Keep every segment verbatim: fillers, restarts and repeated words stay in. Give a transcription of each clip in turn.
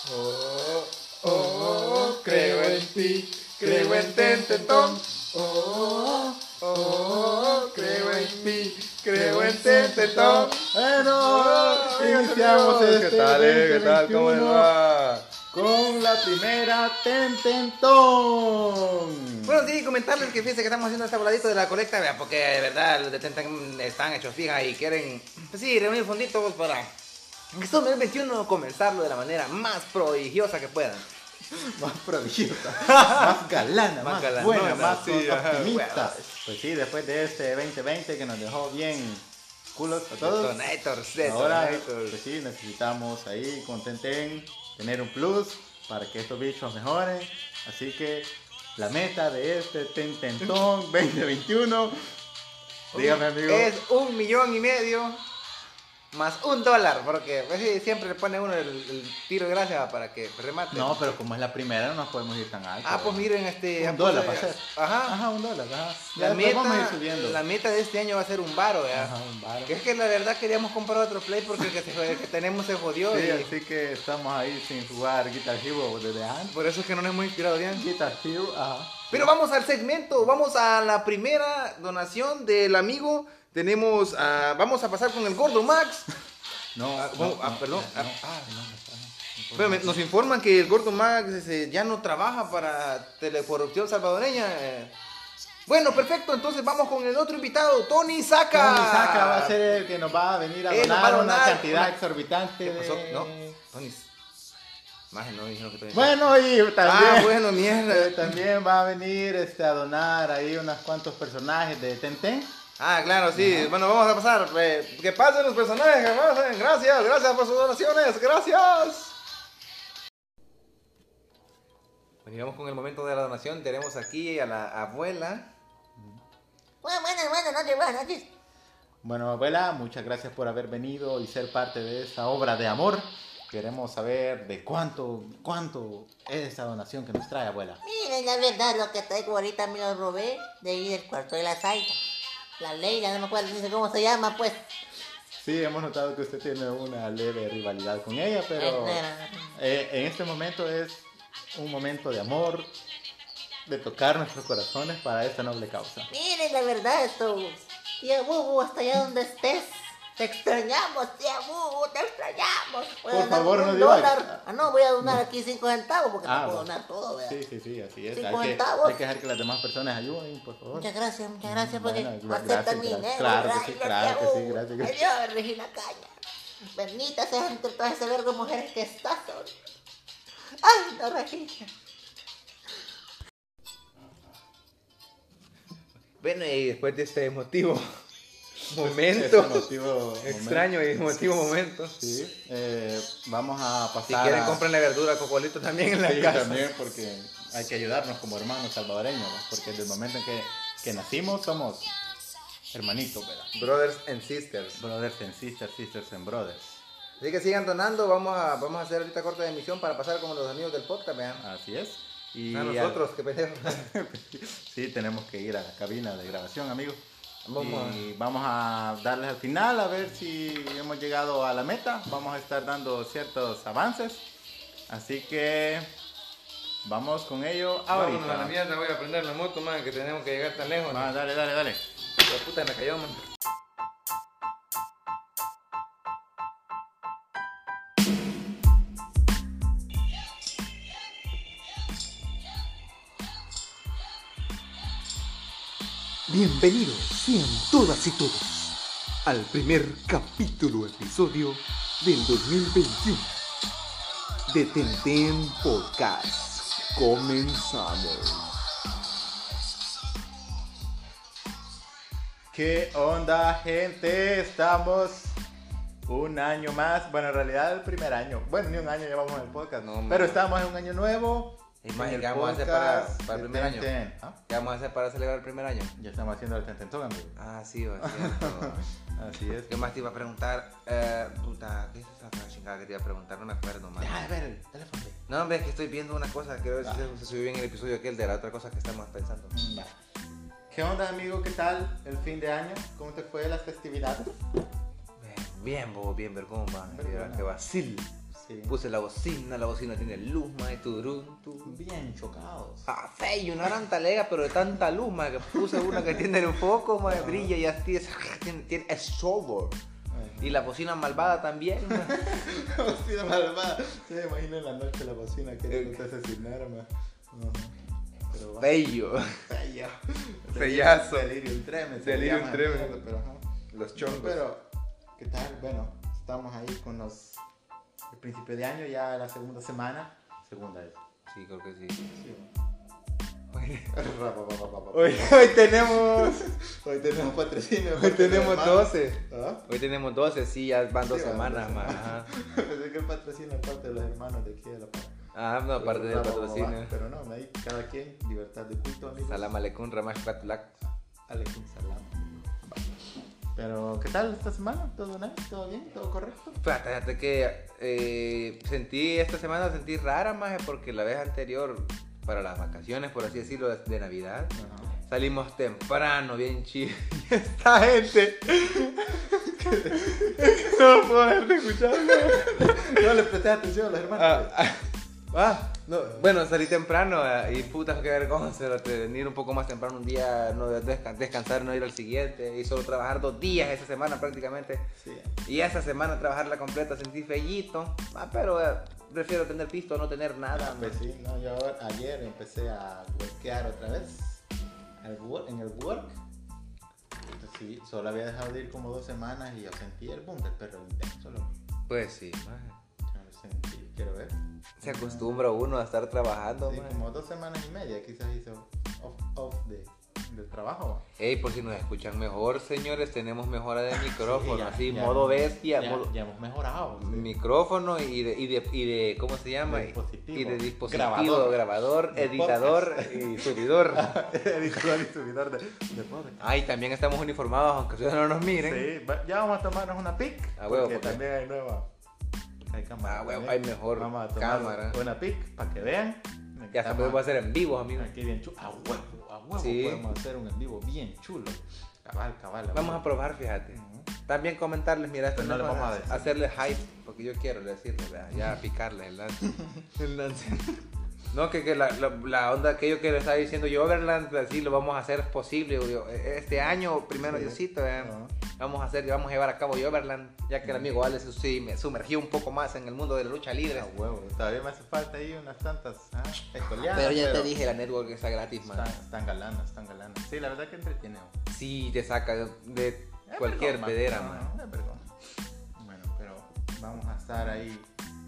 Oh, oh, oh, creo en ti, creo en Tententón. Oh, oh, oh, creo en ti, creo en Tententón. Bueno, iniciamos este ¿Qué tal, eh? ¿Qué tal? ¿Cómo les va? Con la primera Tententón. Bueno, sí, comentarles que fíjense que estamos haciendo este voladito de la colecta, vea, porque de verdad los de Tenten están hechos fijas y quieren, pues sí, reunir fonditos para en este dos mil veintiuno comenzarlo de la manera más prodigiosa que puedan. Más prodigiosa, más galana, más, Más galana, buena, no, más sí, ajá, optimista. bueno. Pues sí, después de este veinte veinte que nos dejó bien culos a todos. Detonators, Ahora, detonators. pues sí, necesitamos ahí con Tenten tener un plus para que estos bichos mejoren. Así que la meta de este Tententón veinte veintiuno, dígame amigo. Es un millón y medio más un dólar, porque pues, sí, siempre le pone uno el, el tiro de gracia para que remate. No, pero como es la primera no nos podemos ir tan alto. Ah, pues miren, este... Un pues, dólar eh, va a ser. Ajá. Ajá, un dólar, ajá. La Ya después vamos a ir meta, subiendo. la meta de este año va a ser un varo, ¿ya? Ajá, un varo. Que es que la verdad queríamos comprar otro play porque el que, se- el que tenemos se jodió. Sí, Y así que estamos ahí sin jugar Guitar Hero desde antes. por eso es que no nos hemos inspirado bien. Guitar Hero, ajá. Pero vamos al segmento, vamos a la primera donación del amigo. Tenemos, a- vamos a pasar con el Gordo Max. No, Ah, no, bueno, ah, no, perdón. no, Ah, no, ah. no, no, no. Bueno, me- nos informan que el Gordo Max este, ya no trabaja para Telecorrupción Salvadoreña. eh. Bueno, perfecto, entonces vamos con el otro invitado, Tony Saca. Tony Saca va a ser el que nos va a venir a Él nos donar, va a una donar cantidad una- exorbitante ¿Qué de... pasó? No, Tony. Más no dijeron que Tony Saca. Bueno, y también, Ah, bueno, mierda. eh, también va a venir este, a donar ahí unos cuantos personajes de Tenten. Ah, claro, sí. Bueno, vamos a pasar. eh, que pasen los personajes, que pasen. Gracias, gracias por sus donaciones. Gracias. Bueno, y vamos con el momento de la donación. Tenemos aquí a la abuela. Bueno, buenas, buenas noches, buenas noches. Bueno, abuela, muchas gracias por haber venido y ser parte de esta obra de amor. Queremos saber de cuánto, cuánto es esta donación que nos trae, abuela. Miren, la verdad, lo que traigo ahorita me lo robé de ahí del cuarto de la Zaida. La Leila, no me acuerdo ni sé cómo se llama, pues. Sí, hemos notado que usted tiene una leve rivalidad con ella, pero eh, en este momento es un momento de amor, de tocar nuestros corazones para esta noble causa. Miren, la verdad, esto. Tía Bubu, hasta allá donde estés. Te extrañamos, tía Bubu, te extrañamos. Voy a Por donar favor, un no digas. dólar. Ah, no, voy a donar aquí cinco centavos porque Ah, no puedo bueno. donar todo, ¿verdad? Sí, sí, sí, así es. Cinco Hay que, centavos. hay que dejar que las demás personas ayuden, por favor. Muchas gracias, muchas gracias porque Bueno, no gracias, aceptan mi gracias. dinero. Claro que sí, Gracias, claro tía que sí, Bubu. gracias, gracias. Adiós, Regina Caña. Bendita seas entre todas esas vergas mujeres que estás ahorita. Ay, no, Regina. Bueno, y después de este emotivo Este momento. emotivo Extraño y emotivo momento. Sí, eh, vamos a Si pasar quieren, a... compren la verdura a Cocolito también en la Sí, casa. también porque hay que ayudarnos como hermanos salvadoreños, ¿no? Porque desde el momento en que, que nacimos somos hermanitos, ¿verdad? Brothers and sisters. Brothers and sisters, sisters and brothers. Así que sigan donando. Vamos a, vamos a hacer ahorita corte de emisión para pasar como los amigos del podcast, vean. Así es. Y A nosotros, que pendejo. sí, tenemos que ir a la cabina de grabación, amigos. Vamos y vamos a darles al final a ver si hemos llegado a la meta. Vamos a estar dando ciertos avances. Así que vamos con ello ahorita. Vámonos a la mierda, voy a prender la moto, man, que tenemos que llegar tan lejos. Va, dale, dale, dale. La puta me cayó, man. Bienvenidos sean todas y todos al primer capítulo episodio del dos mil veintiuno de Tenten Podcast. Comenzamos. ¿Qué onda, gente? Estamos un año más. Bueno, en realidad el primer año. Bueno, ni un año llevamos en el podcast. No, man. pero estamos en un año nuevo. Y más, en el ¿qué vamos a hacer para, podcast para el de primer año? Tenten. ¿Ah? ¿Qué vamos a hacer para celebrar el primer año? Ya estamos haciendo el Tententón, amigo. Ah, sí, va, cierto. Así es. ¿Qué más te iba a preguntar? Eh, puta, ¿qué es esa otra chingada que te iba a preguntar? No me acuerdo, man. Deja de ver el teléfono. No, hombre, es que estoy viendo una cosa, quiero ver si Ah. se, se subió bien el episodio aquel de la otra cosa que estamos pensando. Va. ¿Qué onda, amigo? ¿Qué tal el fin de año? ¿Cómo te fue las festividades? Bien, bien, bobo, bien, vergón, man. Vergón. Mira, qué vacil. Sí. Puse la bocina, la bocina tiene luz, mae, turun, turun. Bien chocados. Ah, feo, una gran talega, pero de tanta luz, mae, que puse una que tiene el foco, mae, brilla y así, es- tiene, tiene es software. Y la bocina malvada también, mae. La bocina malvada. Se me imagino en la noche la bocina que Eh. te asesinar, man. Ajá. Pero va. Bello. Bello. Bellazo. Delirium tremens. se Delirium llama, tremens. mierda, Pero, ajá. Los chongos. Pero, ¿qué tal? Bueno, estamos ahí con los. El principio de año, ya la segunda semana. Segunda es. Sí, creo que sí. Sí, Hoy, Hoy, hoy tenemos. hoy tenemos patrocinio. Hoy tenemos doce. ¿Ah? Hoy tenemos doce, sí, ya van dos Sí, van semanas dos más. semanas. Ajá. Pensé que el patrocinio es parte de los hermanos de aquí de la Paz. Ah, no, aparte del patrocinio. Pero no, ahí cada quien, libertad de culto, amigos. Salam aleikum, Ramash Patulak. Aleikum salam. Pero, ¿qué tal esta semana? ¿Todo nice? ¿Todo bien? ¿Todo correcto? Fíjate, fíjate que eh, sentí esta semana, sentí rara más porque la vez anterior, para las vacaciones, por así decirlo, de, de Navidad, Ajá. salimos temprano, bien chido. Y esta gente. No puedo dejar de escucharlo. No le presté atención a los hermanos. Ah, ah, ah, no, bueno, salí temprano ah, y puta, qué vergüenza venir un poco más temprano un día, no desca- descansar, no ir al siguiente y solo trabajar dos días esa semana prácticamente. Sí. Y esa semana trabajarla completa sentí feíto, ah, pero eh, prefiero tener pisto a no tener nada. Pues man. sí, no, yo ahora- ayer empecé a workear otra vez al work- en el work. Entonces, sí, solo había dejado de ir como dos semanas y yo sentí el boom del perro intenso. Lo, Pues sí, man. yo lo sentí, quiero ver. Se acostumbra uno a estar trabajando, Sí, man. como dos semanas y media quizás hizo off, off de, del trabajo. Ey, por si nos escuchan mejor, señores, tenemos mejora de micrófono, Sí, ya- así, ya modo hemos- bestia, Ya, modo- ya hemos mejorado. sí. micrófono y de, y de, y de ¿cómo se llama? De dispositivo. Y de dispositivo, Grabador. grabador, De editador y subidor. Editor y subidor de, de podcast. Ay, también estamos uniformados, aunque ustedes no nos miren. Sí, va- ya vamos a tomarnos una pic. A huevo, porque porque- también hay nueva. Hay cámara. Ah, huevo, también. hay mejor Vamos a tomar cámara. una pic para que vean. Ya se puede hacer en vivo, amigos. Aquí bien chulo. A huevo, a huevo. Sí. Podemos hacer un en vivo bien chulo. Cabal, cabal. Vamos a probar, fíjate. Ujú. También comentarles, mira, esto Pero no no le es vamos a para decir. hacerle hype, porque yo quiero decirle, ¿verdad? Ya picarle el lance. El lance. No, que, que la, la, la onda que yo que le estaba diciendo, yo Overland, así lo vamos a hacer posible. Yo, este año, primero Sí. Diosito, ¿verdad? Ajá. Vamos a hacer, vamos a llevar a cabo Overland, ya que el amigo Alex sí me sumergió un poco más en el mundo de la lucha libre. A huevo. Todavía me hace falta ahí unas tantas ah, escoleadas, Pero ya te dije, la network está gratis, man. Están, están galanas, están galanas. Sí, la verdad que entretiene. Sí, te saca de, de Es cualquier vergón, pedera, no, man. no, es vergón. Bueno, pero vamos a estar ahí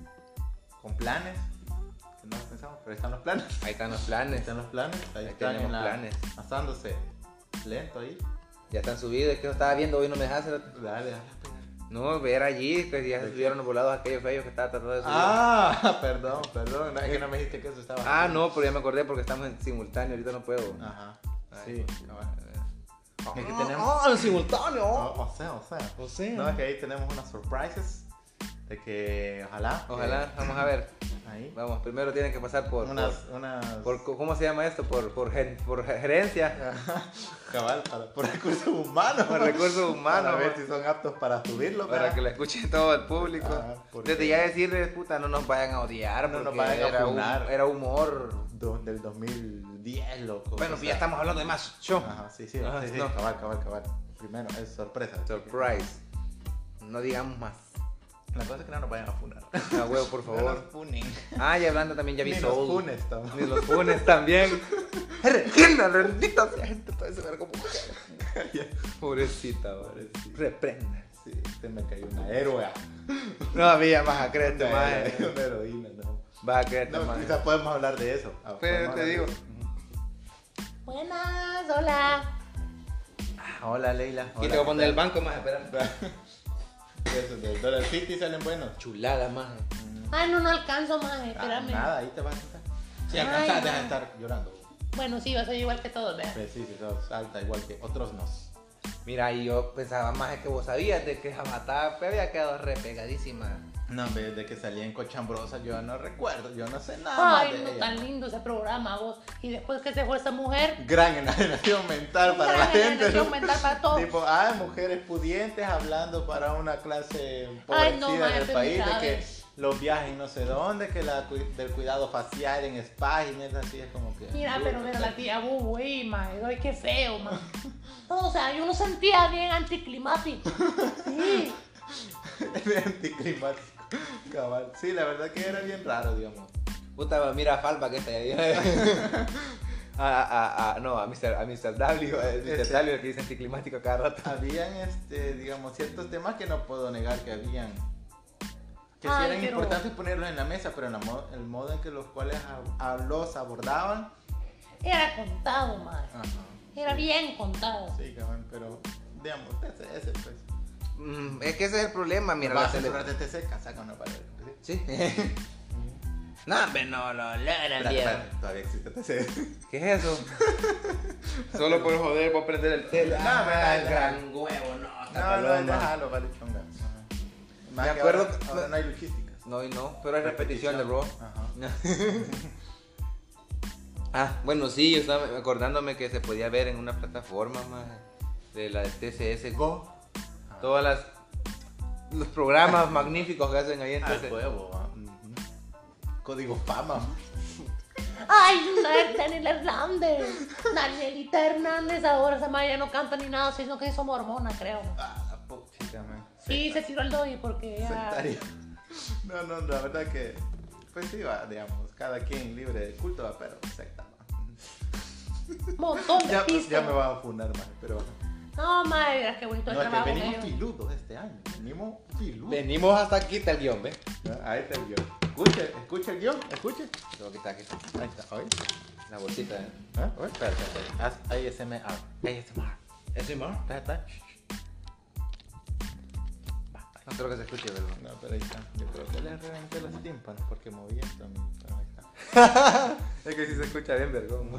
con planes. Que no pensamos, pero ahí están los planes. Ahí están los Ahí planes, están los planes. Ahí, Ahí están tenemos en la, planes. asándose lento ahí. ya están subidos. Es que no estaba viendo, hoy no me dejaste. Dale, dale. No, ver allí, que ya se subieron los volados aquellos feos que estaba tratando de subir. Ah, perdón, perdón. No, es que no me dijiste que eso estaba. Ah, no, pero ya me acordé porque estamos en simultáneo, ahorita no puedo. Ajá. Ay, Sí, cabal. Ah, Es que tenemos- ah, en simultáneo. O, o sea, o sea. O sea. No, es que ahí tenemos unas surprises. De que ojalá. que- Ojalá, vamos a ver. Ahí. Vamos, primero tienen que pasar por. unas. por- unas por- ¿Cómo se llama esto? Por, por, gen- por gerencia. Cabal, para, por recursos humanos. Por recursos humanos. Para ver man. si son aptos para subirlo. Para ¿verdad? que lo escuche todo el público. Ah, porque- Desde ya decirles, puta, no nos vayan a odiar. No nos porque vayan a era, funar. era humor. Do- del dos mil diez, loco. Bueno, O pues sea, ya estamos hablando de más show. Ajá, sí, sí, Ajá, sí, sí, no. cabal, cabal, cabal. Primero, es sorpresa. Surprise. No digamos más. La cosa es que no nos vayan a funar. A huevo, por No nos favor. funen. Ah, y hablando también ya vi Ni los Soul. funes estamos. Ni los funes también. Regina, bendita sea gente, todo ese vergo mujer. Pobrecita, pobrecita. Reprenda. Sí, te me cayó una héroe. No había más a creerte, Una más. héroe, una heroína, no. Va a creerte, No, más. quizás podemos hablar de eso. Ah, Pero podemos te hablar digo. de eso. Buenas, hola. Ah, hola, Leila. Aquí Hola, te voy a ¿qué poner el tal? banco, más. Espera. Esos del Dollar City salen buenos. Chulada, más. Ay, no, no alcanzo más, Ah, espérame. nada, ahí te vas a sentar. Si Ay, alcanzas, deja de man. estar llorando. Bueno, sí, vas a ir igual que todos, ¿verdad? Pues sí, si sos alta igual que otros nos. Mira, y yo pensaba más que vos sabías de que Jamatá había quedado re pegadísima. No, en vez de que salía en Cochambrosa, yo no recuerdo, yo no sé nada más Ay, de no, ella. tan lindo ese programa, vos. Y después que se fue esa mujer, Gran enajenación mental para gran la gente. enajenación ¿no? mental para todos. Tipo, ah, mujeres pudientes hablando para una clase Ay, no, empobrecida mae, del pero país, de mira, que, ves. los viajes no sé dónde, que la cu- del cuidado facial en spa y mierda así, es como que... Mira, pero mira la tía Bubu, ey, ma, ay, qué feo, ma. No, o sea, yo lo sentía bien anticlimático. Sí. Era anticlimático, cabal. Sí, la verdad que era bien raro, digamos. Puta, mira Falpa que está ahí. a, a, a, no, a mister a mister W, a mister Este- W que dice anticlimático cada rato. Habían, este, digamos, ciertos temas que no puedo negar que habían. Que sí Ay, eran pero- importantes ponerlos en la mesa, pero en la mo- el modo en que los cuales a, a los abordaban. Era contado, ma. Ajá. Era bien contado. Sí, cabrón, pero, digamos, ese, ese pues. Mm, es que ese es el problema, mira. Vas La a tele... censurar T T C, saca una pared. Sí. No, hombre, no lo logran, Espérate, viejo. espérate, todavía existe T T C. ¿Qué es eso? Solo por joder, por prender el tele. No, Ah, verdad, el verdad. gran huevo, no. esta No, no, paloma. déjalo, vale, chonga. Ajá. Más Me que acuerdo ahora- que- ahora no hay logísticas. No, y no, pero hay repetición, de Raw. Ajá. Ah, bueno, sí, yo estaba acordándome que se podía ver en una plataforma más de la de T C S Go. Todas las los programas magníficos que hacen ahí en T Al C S. huevo. ah. Ujú. Código fama. Ay, Daniel Hernández. Danielita Hernández ahora esa madre ya no canta ni nada, sino que hizo mormona, creo. Ah, la puchica, man. Sí, se tiró el doy porque ya... Sectario. No, no, la verdad que, pues sí, va, digamos, cada quien libre de culto, va, pero secta, ¿no? Un montón de Ya, pistas. ya me van a funar, man, pero No, madre, verás qué bonito el no, es que trabajo. venimos ellos. filudos este año, venimos filudos. Venimos hasta aquí, está el guión, ¿ves? Ah, ahí está el guión. Escuche, escuche el guión, escuche. Lo que está aquí, Ahí está, oye. la bolsita. ¿eh? ¿Ah? Oye, espérate, espérate. Haz A S M R. A S M R. ¿Eso y más? Espérate. No creo que se escuche, ¿verdad? No, pero ahí está. Yo creo que le reventé los tímpanos porque moví esto a mí. Pero ahí está. Es que sí se escucha bien, vergón.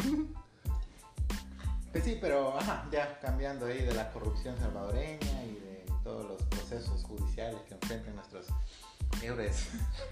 Pues sí, pero ajá, ya cambiando ahí de la corrupción salvadoreña y de todos los procesos judiciales que enfrentan nuestros héroes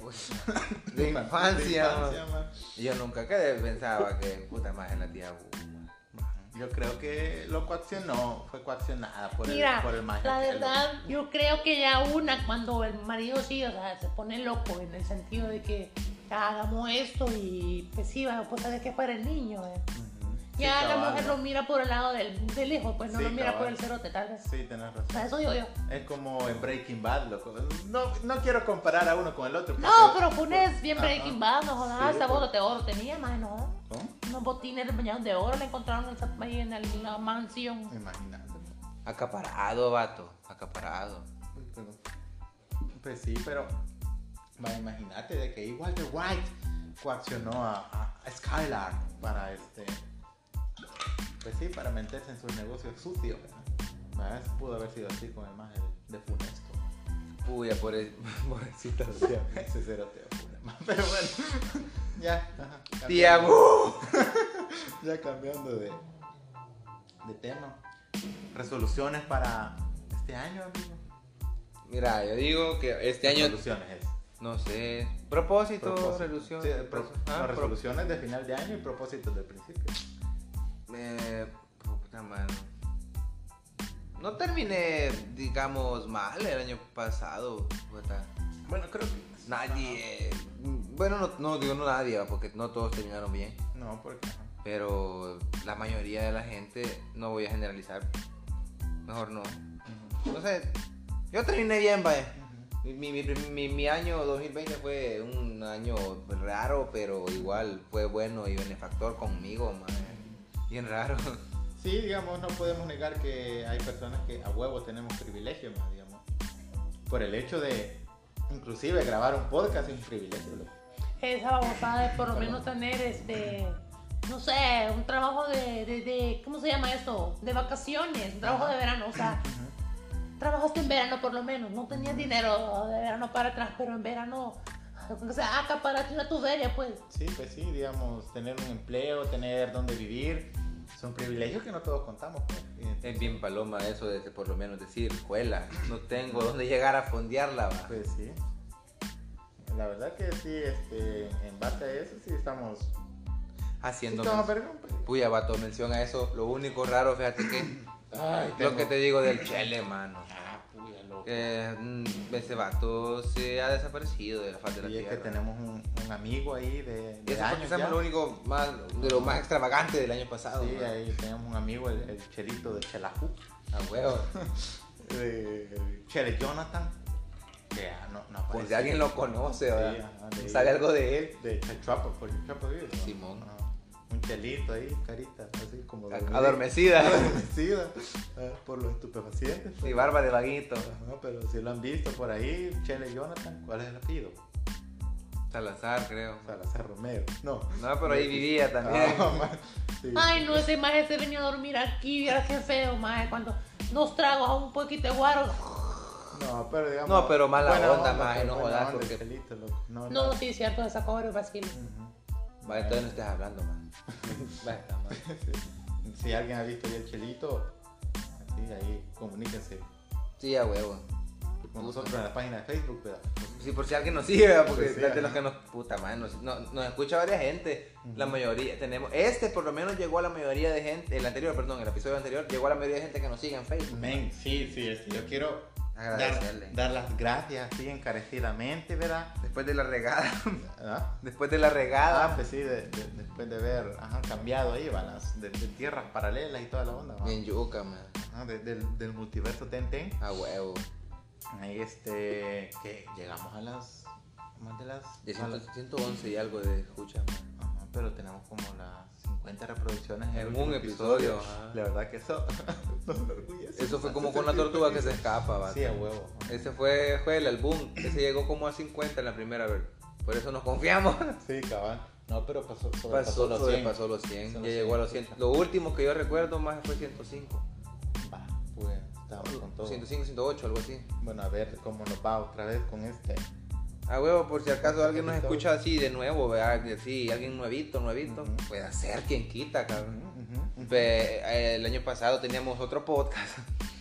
De infancia, de infancia, man. Yo nunca que pensaba que puta más en la tía Bu. Yo creo que lo coaccionó, fue coaccionada por Mira, el, por el maestro. la verdad, yo creo que ya una, cuando el marido sí, o sea, se pone loco en el sentido de que ya hagamos esto y pues sí, va, pues sabes que para el niño, eh. Ya la mujer lo mira por el lado del, del hijo, pues no Sí, lo mira cabal. por el cerote, tal vez. Sí, tenés O razón. sea, eso digo yo. Es como en Breaking Bad, loco. No, no quiero comparar a uno con el otro. No, porque- pero pones bien Ajá. Breaking Bad, no jodas, Sí, esa por- boda de oro tenía, más no jodas. ¿Cómo? Unos botines bañados de oro le encontraron en esa- ahí en el- la mansión. Imagínate. Acaparado, vato. Acaparado. Uy, perdón. Pues sí, pero va, imagínate de que igual de White coaccionó a, a Skylar para este, pues sí, para meterse en sus negocios sucios. ¿Verdad? ¿Verdad? Pudo haber sido así con el más de, de Funesto. Puya, pobre, pobrecita la tía. Ese cero te Funesto. Pero bueno, ya. Ajá, Tía cambiando- Bu. Ya cambiando de, de tema. Resoluciones para este año, amigo. Mira, yo digo que este año, Resoluciones es. no sé, propósito, Propósito. resolución. Sí, pro- ah, no, pro- resoluciones de final de año y propósitos del principio. Eh, puta mano. No terminé, digamos, mal el año pasado. Puta. Bueno, creo que Nadie. Bueno, no, no digo no nadie, ¿va? Porque no todos terminaron bien. no, porque ajá. Pero la mayoría de la gente, no voy a generalizar. Mejor no. No sé. Yo terminé bien, vaya. Mi, mi, mi, mi- mi año dos mil veinte fue un año raro, pero igual fue bueno y benefactor conmigo, man. Bien raro. Sí, digamos, no podemos negar que hay personas que a huevo tenemos privilegios, más, digamos. Por el hecho de, inclusive, grabar un podcast es un privilegio, loco. Esa babosada de por lo menos tener este, no sé, un trabajo de, de, de ¿cómo se llama esto? De vacaciones, un trabajo de verano, o sea, trabajaste en verano por lo menos, no tenías dinero de verano para atrás, pero en verano, o sea, acaparaste una tubería, pues. Sí, pues sí, digamos, tener un empleo, tener donde vivir, son privilegios que no todos contamos, pues. Y, Es bien paloma eso de por lo menos decir, juela, no tengo dónde llegar a fondearla, va. Pues sí. La verdad que sí, este, en base a eso sí estamos... Haciendo sí estamos men- vergón, pues. Puya, vato, mención a eso. Lo único raro, fíjate que Ay, lo tengo- que te digo del chele, mano. Ah, Uy, loco. Eh, mm, ese vato se ha desaparecido de la faz de la Y es que tierra. tenemos un, un amigo ahí de, Y de eso fue años quizás ya. lo único más, de lo más extravagante del año pasado. Sí, man. ahí tenemos un amigo, el, el Chelito de Chelajú, A huevo. de Chele Jonathan, que ya no, no Por aparece. si alguien lo conoce, Sí, ¿verdad? ajá, de- ¿Sabe algo de él? De Chachuapa, por Chachuapa vive, ¿no? Simón. Ajá. Un chelito ahí, carita, así como dormida. Adormecida. Adormecida eh, por los estupefacientes. Y pero- barba de vaguito. Ajá, pero si lo han visto por ahí, Chele Jonathan, ¿cuál es el apellido? Salazar, creo. Salazar Romero. No. No, pero ahí vivía también. Ah, man, sí. Ay, no, ese maje se venía a dormir aquí, viera qué feo, maje, cuando nos trago a un poquito de guaro. No, pero digamos. No, pero mala buena onda, maje, pero no buena jodas, onda, porque- Chelito, loco. No, No, sí, cierto, esa cobre vacilo. Ujú. Vaya, entonces no estés hablando, man. Vaya, man. Sí. Si alguien ha visto ya el Chelito, así, ahí, comuníquense Sí, a huevo. con nosotros en la página de Facebook, ¿verdad? Sí, por si alguien nos sigue, ¿verdad? Porque Pues sí, de ajá. los que nos. Puta, man, nos, no- nos escucha varias gente. La mayoría, tenemos. Este por lo menos llegó a la mayoría de gente. El anterior, perdón, el episodio anterior, llegó a la mayoría de gente que nos sigue en Facebook. Men, sí, sí, es que yo quiero dar, Agradecerle. dar las gracias así encarecidamente, ¿verdad? Después de la regada. ¿Ah? Después de la regada. Ah, pues sí, de- de- después de ver, ajá, cambiado ahí, van las de, de tierras paralelas y toda la onda, ¿va? Bien yuca, man. Ajá, de- del, del multiverso Tenten. A huevo. Ahí este, que llegamos a las, más de las, De a las- ciento once y algo de escucha, man. ajá, pero tenemos como las cincuenta reproducciones en, el En último un episodio, ajá. La verdad que eso nos enorgullece. Eso fue Nos como hace con una sentir tortuga que se felices. escapa, va. Sí, a huevo. Ese fue, fue el álbum. Ese llegó como a cincuenta en la primera vez. Por eso nos confiamos. Sí, cabal. No, pero pasó, sobrepasó Pasó, los cien. sobrepasó los cien. Son Ya los llegó a los cien, cien. Lo último que yo recuerdo más fue ciento cinco. Va, pues, estamos con todo. ciento cinco, ciento ocho, algo así. Bueno, a ver cómo nos va otra vez con este. A huevo, por si acaso alguien nos Episodio. escucha así de nuevo, ¿verdad? Que sí, alguien nuevito, nuevito. Ujú. Puede ser quien quita, cabrón. Ujú, ujú, ujú. Ve, eh, el año pasado teníamos otro podcast.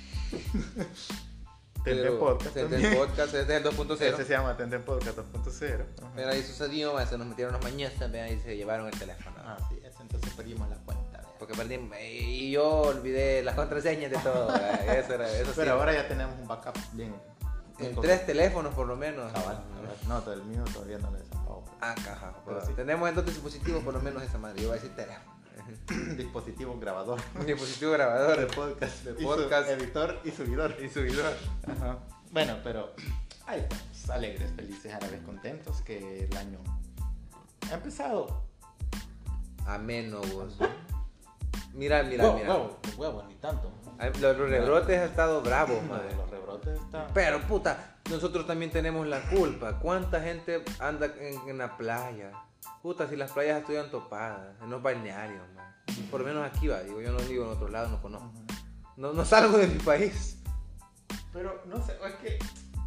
Tenden Pero- Podcast Tenden también. Podcast, este es el dos punto cero. Este se llama Tenden Podcast dos punto cero. Pero ahí sucedió, man, se nos metieron los mañosas, vean, y se llevaron el teléfono. Así es, entonces perdimos la cuenta. ¿verdad? Porque perdí, y yo olvidé las contraseñas de todo, ¿verdad? Eso era, eso sí. Pero ahora ya tenemos un backup bien. bien En tres teléfonos por lo menos. Cabal, cabal. No, todo el mío todavía no lo he sacado. Ah, caja. Pero Pero sí. Tenemos en dos dispositivos por lo menos esa madre. Yo voy a decir teléfono. Dispositivo grabador. Un dispositivo grabador. De podcast. De y su podcast. editor y subidor. Y subidor. Ajá. Bueno, pero ahí estamos, alegres, felices, árabes, contentos que el año ha empezado. Ameno, vos. Mira, mira, Huevo, mira. huevo, huevo, ni tanto. Ay, Los rebrotes han estado bravos, Lo de madre. los rebrotes está. Pero puta, nosotros también tenemos la culpa. ¿Cuánta gente anda en, en la playa? Puta, si las playas estuvieran topadas, en los balnearios, man. Por lo menos aquí va, digo, yo no digo en otro lado, no conozco. No, no salgo de mi país. Pero no sé, es que.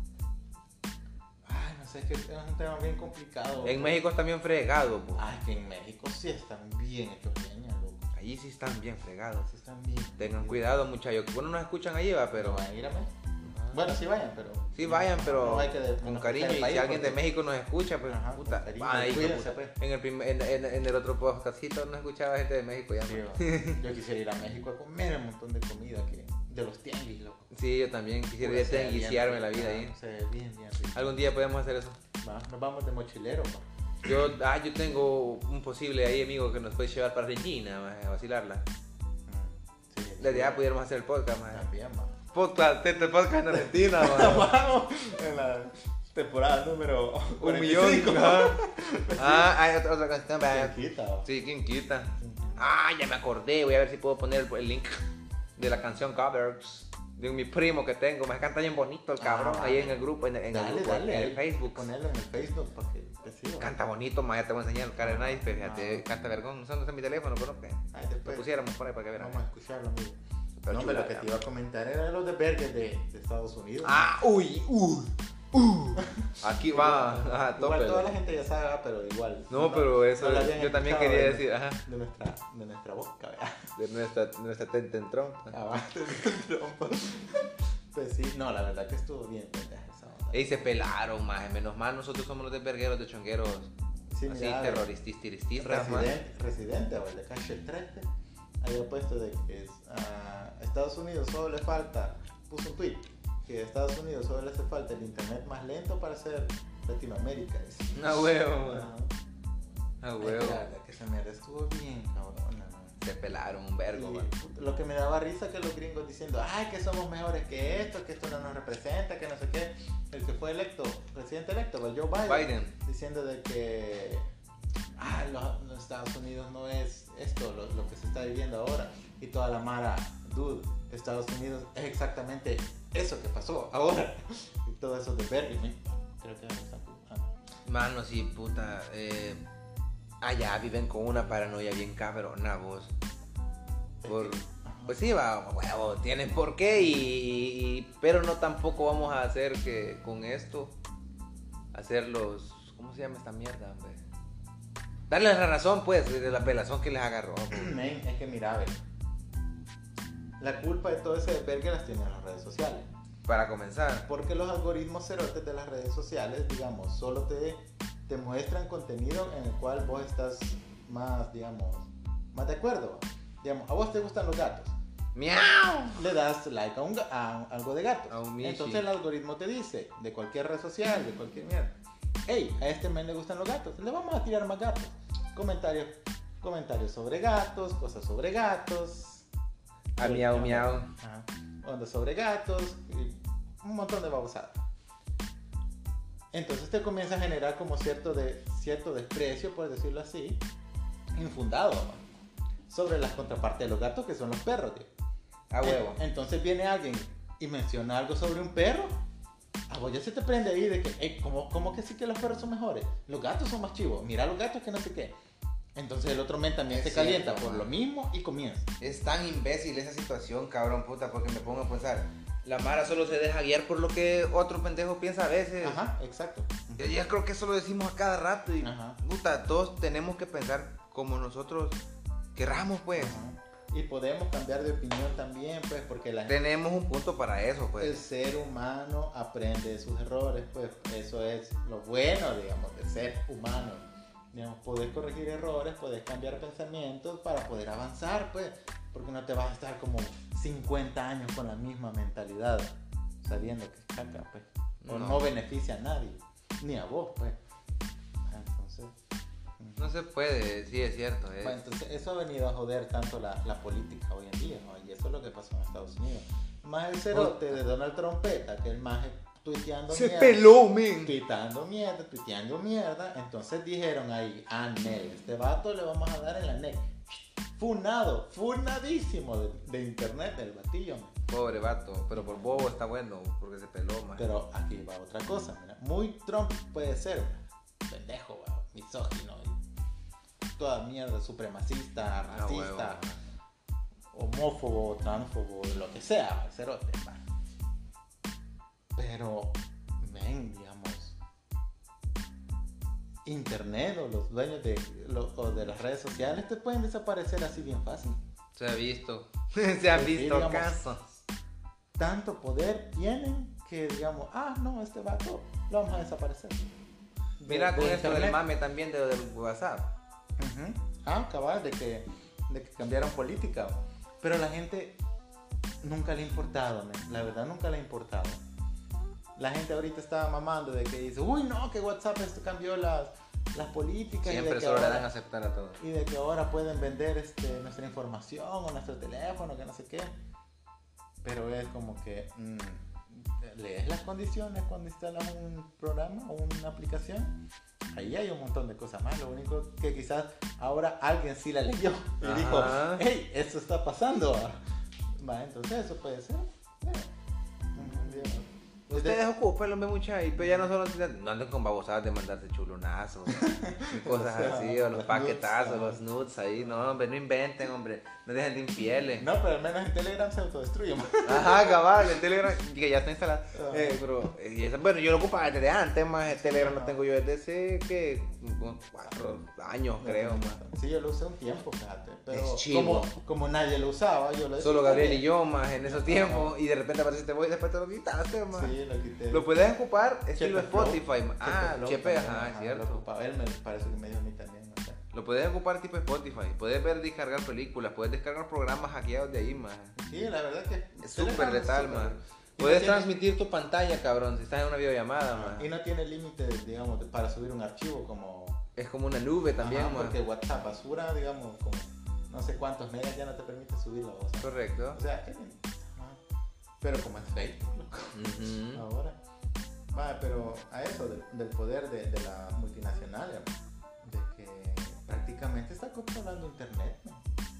Ay, no sé, es que es un tema bien complicado. En México están bien fregados, po. Ay, que en México sí están bien hechos leña, loco. Allí sí están bien fregados. Sí están bien. Tengan cuidado, muchachos. Bueno, nos escuchan allí, va, Pero pero. van a ir a México. Bueno, sí vayan, pero. Sí vayan, pero no hay que de- con no cariño. hay que Y país, si alguien de porque- México nos escucha, pues Ajá, puta. con cariño, van ahí, cuídense, puta. pues. En el, prim- en, en- en el otro podcastito no escuchaba gente de México ya. Sí, man. va. Yo quisiera ir a México a comer un montón de comida que de los tianguis, loco. Sí, yo también quisiera ir a Se ve bien tenguiciarme la rico, vida ah, ahí. Se ve bien, bien rico. Algún día podemos hacer eso. Va, nos vamos de mochilero, va. Yo, ah, yo tengo un posible ahí amigo que nos puede llevar para Regina, man, a vacilarla. Mm, sí, Desde allá pudiéramos hacer el podcast, man. También, va. Podcast, este podcast en Argentina, man. Vamos en la temporada número Un cuarenta y cinco. millón. ajá. Ah, hay otra, otra canción, man. ¿Quién quita, va? Sí, ¿quién quita? Ah, ya me acordé. Voy a ver si puedo poner el, el link de la canción Covers de mi primo que tengo. Me canta bien bonito el cabrón. Ah, ahí en el grupo, en, en Dale, el, grupo, dale, en el ahí, Facebook. Ponelo en el Facebook para que te siga. Canta bonito, ma, ya te voy a enseñar. Karen Nice, fíjate, Ah. canta vergón. No sé dónde está mi teléfono, pero que Ahí lo después pusiéramos por ahí para que vean. vamos a escucharlo, amigo. Pero No, pero chula, lo que ya. te iba a comentar era los de Berger de, de Estados Unidos. Ah, uy, uy, uh. Aquí va, ajá, Igual tope. toda la gente ya sabe, pero igual. No, pero eso la habían yo también escuchado quería de- decir, ajá, De nuestra, de nuestra boca, ¿verdad? de nuestra, de nuestra Tenten Trompa. Ah, va, de trompa. Pues sí, no, la verdad que estuvo bien pendeja esa onda. Y se pelaron, más menos mal nosotros somos los de vergueros, de chongueros, Sí, así mira, terroristas, tirististas, ma. Residente, residente, o el de Calle trece, había puesto de que es, a Estados Unidos solo le falta, puso un tweet, que a Estados Unidos solo le hace falta el internet más lento para ser Latinoamérica. Dice. No, huevo, man. Ajá. Ah, Es huevo. que la verdad que esa mierda estuvo bien cabrona, man. Se pelaron un vergo, Y, man. puta, lo que me daba risa que los gringos diciendo, ay, que somos mejores que esto, que esto no nos representa, que no sé qué. El que fue electo, presidente electo, el Joe Biden, Biden. diciendo de que ah, los, los Estados Unidos no es esto, lo, lo que se está viviendo ahora. Y toda la mara, dude, Estados Unidos es exactamente eso que pasó ahora. Y todo eso de Berry, ¿me? Creo que está ah. Mano, sí, puta. Eh, allá viven con una paranoia bien cabrona, vos. Por, pues sí, va, huevo, tienen por qué, y, y- pero no tampoco vamos a hacer que con esto, hacer los, ¿cómo se llama esta mierda, hombre? Darles la razón, pues, de la pelazón que les agarró. pues. Men, es que mira, a ver, la culpa de todo ese desvergue las tienen las redes sociales. Para comenzar. Porque los algoritmos cerotes de las redes sociales, digamos, solo te, te muestran contenido en el cual vos estás más, digamos, más de acuerdo. Digamos, a vos te gustan los gatos. ¡Miau! Le das like a, un, ga- a un- algo de gatos. A un Michi. Entonces el algoritmo te dice, de cualquier red social, de cualquier mierda, hey, a este men le gustan los gatos, le vamos a tirar más gatos. Comentarios, comentarios sobre gatos, cosas sobre gatos. A miau, miau. Ajá. Onda sobre gatos, y un montón de babosadas. Entonces te comienza a generar como cierto, de, cierto desprecio, por decirlo así, infundado, ¿no? Sobre las contrapartes de los gatos, que son los perros, tío. A huevo. En- Entonces viene alguien y menciona algo sobre un perro. A vos ya se te prende ahí de que, hey, ¿cómo, ¿cómo que sí que los perros son mejores? Los gatos son más chivos. Mira los gatos que no sé qué. Entonces el otro men también Es se calienta cierto, por man. lo mismo y comienza. Es tan imbécil esa situación, cabrón, puta, porque me pongo a pensar, la Mara solo se deja guiar por lo que otro pendejo piensa a veces. Ajá, exacto. Yo ya creo que eso lo decimos a cada rato y, Ajá. puta, todos tenemos que pensar como nosotros querramos, pues. Ajá. Y podemos cambiar de opinión también, pues, porque la gente, Tenemos un punto para eso, el pues. ser humano aprende de sus errores, pues, eso es lo bueno, digamos, de ser humano. Digamos, podés corregir errores, podés cambiar pensamientos para poder avanzar, pues, porque no te vas a estar como cincuenta años con la misma mentalidad, sabiendo que es caca, pues, o no, No. beneficia a nadie, ni a vos, pues. Ah, Entonces, No se puede, sí, es cierto. es- bueno, entonces eso ha venido a joder tanto la, la política hoy en día, ¿no? Y eso es lo que pasó en Estados Unidos. Más el cerote de Donald Trumpeta, que el más tuiteando Se mierda. peló, men. Tuiteando mierda, tuiteando mierda. Entonces dijeron ahí, ah, Nel, este vato le vamos a dar en la Nel. Funado, funadísimo de, de internet el batillo, man. Pobre vato, pero por bobo está bueno, porque se peló, man. Pero aquí va otra cosa, mira. Muy Trump puede ser, man. Pendejo, man, misógino, y toda mierda, supremacista, Ah, racista, huevo. homófobo, transfobo, lo que sea, cerote, man. Pero, men, digamos, internet o los dueños de, lo- o de las redes sociales te pueden desaparecer así bien fácil. Se ha visto, se han Sí, visto digamos. casos. Tanto poder tienen que, digamos, ah, no, este vato lo vamos a desaparecer. Mira De- con de esto del internet. mame también de, del WhatsApp. Ujú. Ah, cabal, de que, de que cambiaron política. Pero a la gente nunca le ha importado, men. La verdad nunca le ha importado. La gente ahorita está mamando de que dice, uy, no, que WhatsApp esto cambió las, las políticas. y de Siempre que solo le ahora- dan a aceptar a todos. Y de que ahora pueden vender este, nuestra información o nuestro teléfono, que no sé qué. Pero es como que mm, lees las condiciones cuando instalas un programa o una aplicación. Ahí hay un montón de cosas más. Lo único que quizás ahora alguien sí la leyó y Ajá. dijo, hey, esto está pasando. Va, entonces eso puede ser. Bueno, ujú, digamos. Ustedes ocupen, hombre, mucha y pero ya no solo no anden con babosadas de mandarse chulonazos y cosas O sea, así, o los los paquetazos, nudes, los nudes ahí, no, hombre, no inventen, hombre, no dejen de infieles. No, pero al menos en Telegram se autodestruye. man. Ajá, cabal, el Telegram, que ya está instalado. Ah. Eh, pero, eh, y esa- bueno, yo lo ocupaba desde antes, más el Telegram lo tengo yo desde hace, que, unos cuatro años, creo, más. Sí, yo lo usé un tiempo, fíjate. Pero Es chivo. como, como nadie lo usaba, yo lo Solo desinstalé. Gabriel y yo, más en esos tiempos, y de repente apareciste vos y después te lo quitaste, más. Sí, lo quité. Lo puedes ocupar estilo Chepe Flow. Spotify, ma. Ah, Flow Chepe, también, ajá, ajá, es Lo cierto. ocupaba. Él me parece que me dio a mí también. O sea. Lo puedes ocupar tipo Spotify, puedes ver, descargar películas, puedes descargar programas hackeados de ahí, más. Sí, la verdad que... Es súper Telegram letal, súper- man. Puedes tiene- transmitir tu pantalla, cabrón, si estás en una videollamada, man. Y no tiene límite, digamos, de- para subir un archivo como... Es como una nube también, Ajá, man. porque WhatsApp basura, digamos, como no sé cuántos megas ya no te permite subirlo. O sea, Correcto. o sea, es- ajá. Pero como es Facebook, loco, Ujú. ahora. Va, pero a eso del, del poder de, de la multinacional, de que prácticamente está controlando internet, ¿no?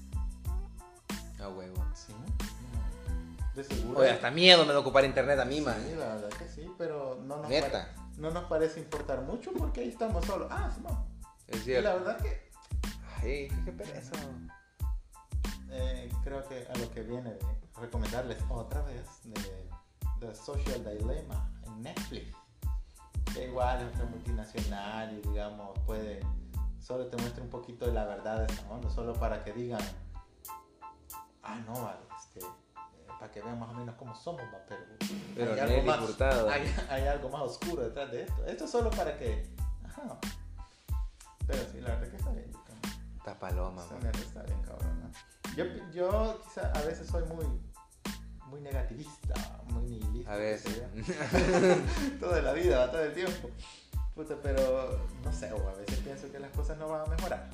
A huevo. Sí, ¿no? De seguro. Oye, hasta miedo me da ocupar internet a mí, man. Sí, la verdad que sí, pero no nos, Neta. pare- no nos parece importar mucho porque ahí estamos solos. Ah, sí, no. Es Y la cierto. verdad que Ay, qué pereza. eh, creo que a lo que viene de recomendarles otra vez de The Social Dilemma en Netflix, que igual es otra multinacional y digamos puede solo te muestra un poquito de la verdad de esta onda, solo para que digan, ah no vale, este, eh, para que vean más o menos cómo somos, va, pero, Pero hay, Nelly algo más, Hurtado. hay, hay algo más oscuro detrás de esto. Esto es solo para que, ajá, pero sí, la verdad que está bien. Está paloma, Esa man. mierda está bien cabrona. Yo, yo quizá a veces soy muy, muy negativista, muy nihilista. A qué veces. sé yo. Toda la vida, va, todo el tiempo. Puta, pero no sé, o a veces pienso que las cosas no van a mejorar.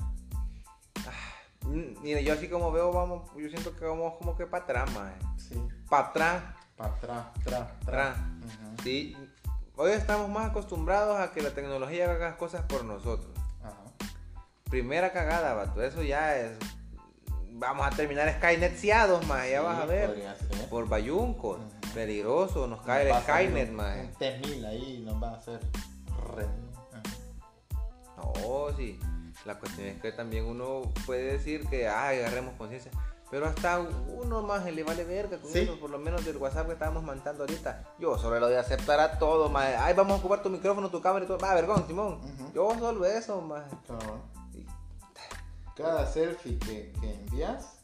Mm, Mire, yo así como veo, vamos, yo siento que vamos como que para atrás, man. Sí, Para atrás, para atrás, atrás, atrás. atrás. Ujú. Sí. Hoy estamos más acostumbrados a que la tecnología haga las cosas por nosotros. Ajá. Primera cagada, vato. Eso ya es. Vamos a terminar Skynetseados, más. Ya Sí, vas a ver. podría ser. Por bayuncos. Ujú. Peligroso. Nos cae el Va a salir Skynet, un- más. Un T mil ahí nos va a hacer re. Ajá. No, sí. La cuestión es que también uno puede decir que, ay, agarremos conciencia. Pero hasta uno más le vale verga con Sí. eso, por lo menos del WhatsApp que estábamos mandando ahorita. Yo solo lo de aceptar a todo, más. Ay, vamos a ocupar tu micrófono, tu cámara y todo. Va, vergón, Simón. Ujú. Yo solo eso, más. Cabrón. Cada selfie que, que envías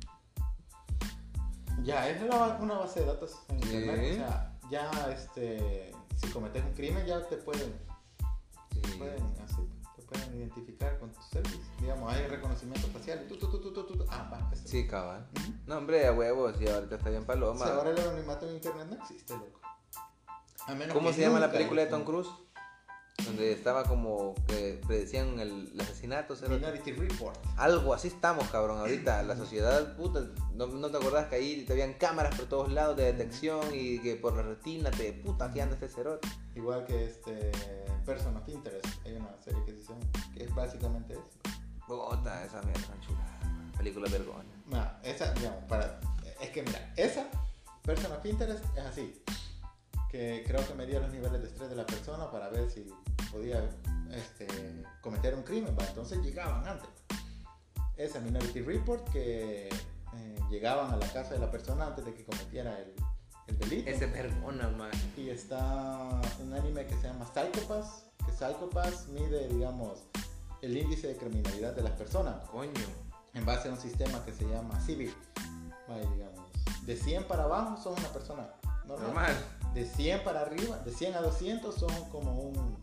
ya es la- una base de datos en Sí. internet. O sea, ya este, si cometes un crimen ya te pueden, te Sí. pueden, así, te pueden identificar con tus selfies. Digamos, hay reconocimiento facial. Tú, tú, tú, tú, tú, tú, tú. Ah, va. eso. Sí, cabal. Ujú. No, hombre, a huevos, y ahorita está bien O paloma. sea, ahora el anonimato en internet no existe, loco. A menos ¿Cómo que se llama la nunca película de lo- Tom Cruise? Donde estaba como que predecían el, el asesinato. ¿sabes? Minority Report. Algo así estamos, cabrón, ahorita. La sociedad, puta, ¿no, no te acordás que ahí te habían cámaras por todos lados de detección y que por la retina te, puta, aquí anda este cerote? Igual que este Person of Interest. Hay una serie que se llama, que es básicamente eso. Puta, esa mierda tan chula. Película vergüenza. Mira, esa, digamos, para, es que mira, esa Person of Interest es así, que creo que medía los niveles de estrés de la persona para ver si podía este, cometer un crimen, ¿va? Entonces llegaban antes. Esa Minority Report que eh, llegaban a la casa de la persona antes de que cometiera el, el delito. Ese es vergüenza, man. Y está un anime que se llama Psychopass, que Psychopass mide, digamos, el índice de criminalidad de las personas Coño. en base a un sistema que se llama Civil. Vaya, digamos, de cien para abajo son una persona normal. Normal. De cien para arriba, de cien a doscientos son como un...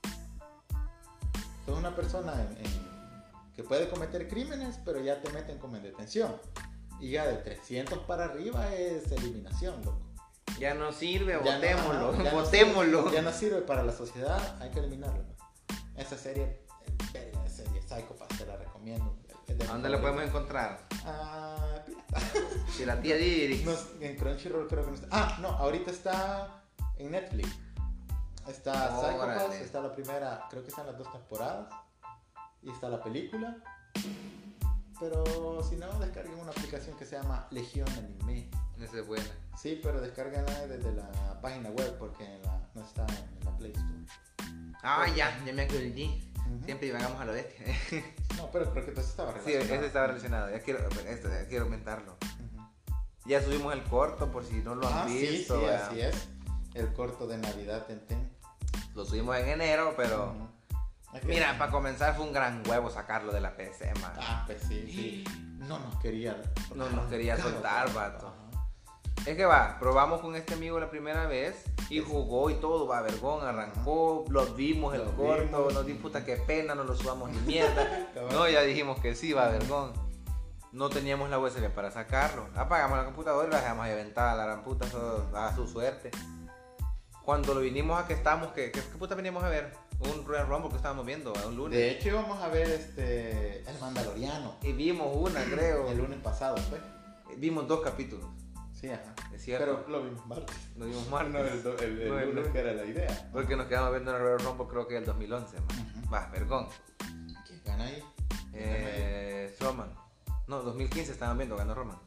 Son una persona en- en- que puede cometer crímenes, pero ya te meten como en detención. Y ya de trescientos para arriba es eliminación, loco. Ya no sirve, Ya no- botémoslo, ajá, ya no botémoslo. sirve- ya no sirve para la sociedad, hay que eliminarlo. ¿No? Esa serie, eh, verga de serie, Psychopath, te la recomiendo. Es de ¿A mis dónde lo podemos favoritas. encontrar? Ah, pirata. Si la tía Didi. No, en Crunchyroll creo que no está. Ah, no, ahorita está en Netflix. Está Órale. Psychopath, está la primera, creo que están las dos temporadas. Y está la película. Pero si no, descarguen una aplicación que se llama Legión Anime. Esa es buena. Sí, pero descárgala desde la página web porque en la- no está en la Play Store. Ah, ya, ya me acordé. Ujú. Siempre divagamos a lo bestia. No, pero creo que entonces estaba Sí, relacionado. ese estaba relacionado. Ya quiero, este, ya quiero aumentarlo. Ujú. Ya subimos el corto por si no lo han Ah, sí, visto. sí, ¿verdad? así es. El corto de Navidad Tenten. Lo subimos en enero, pero Ujú. Es que- mira, para comenzar fue un gran huevo sacarlo de la P C, man. Ah, pues sí, sí. No nos quería. No nos quería soltar, vato. Ajá. Es que va, probamos con este amigo la primera vez y jugó y todo, va, vergón, arrancó, lo vimos el Lo corto, vimos. nos di puta que pena, no lo subamos ni mierda. Cabal. No, ya dijimos que sí, va, vergón. no teníamos la U S B para sacarlo. Apagamos la computadora y la dejamos ahí aventada, la gran puta, eso, a su suerte. Cuando lo vinimos a que estábamos, ¿qué, qué, qué puta veníamos a ver? Un Royal Rumble que estábamos viendo, un lunes. De hecho íbamos a ver este El Mandaloriano. Y vimos una, creo. El lunes pasado, pues. Vimos dos capítulos. Sí, ajá. Es cierto. Pero lo vimos martes. Lo vimos martes. No, el, do- el, el No, el lunes lunes. que era la idea. Porque nos quedamos viendo en el Royal Rumble creo que el dos mil once, man. Ujú. Va, vergón. ¿Quién gana ahí? Eh, Strowman. No, dos mil quince estaban viendo, ganó Roman.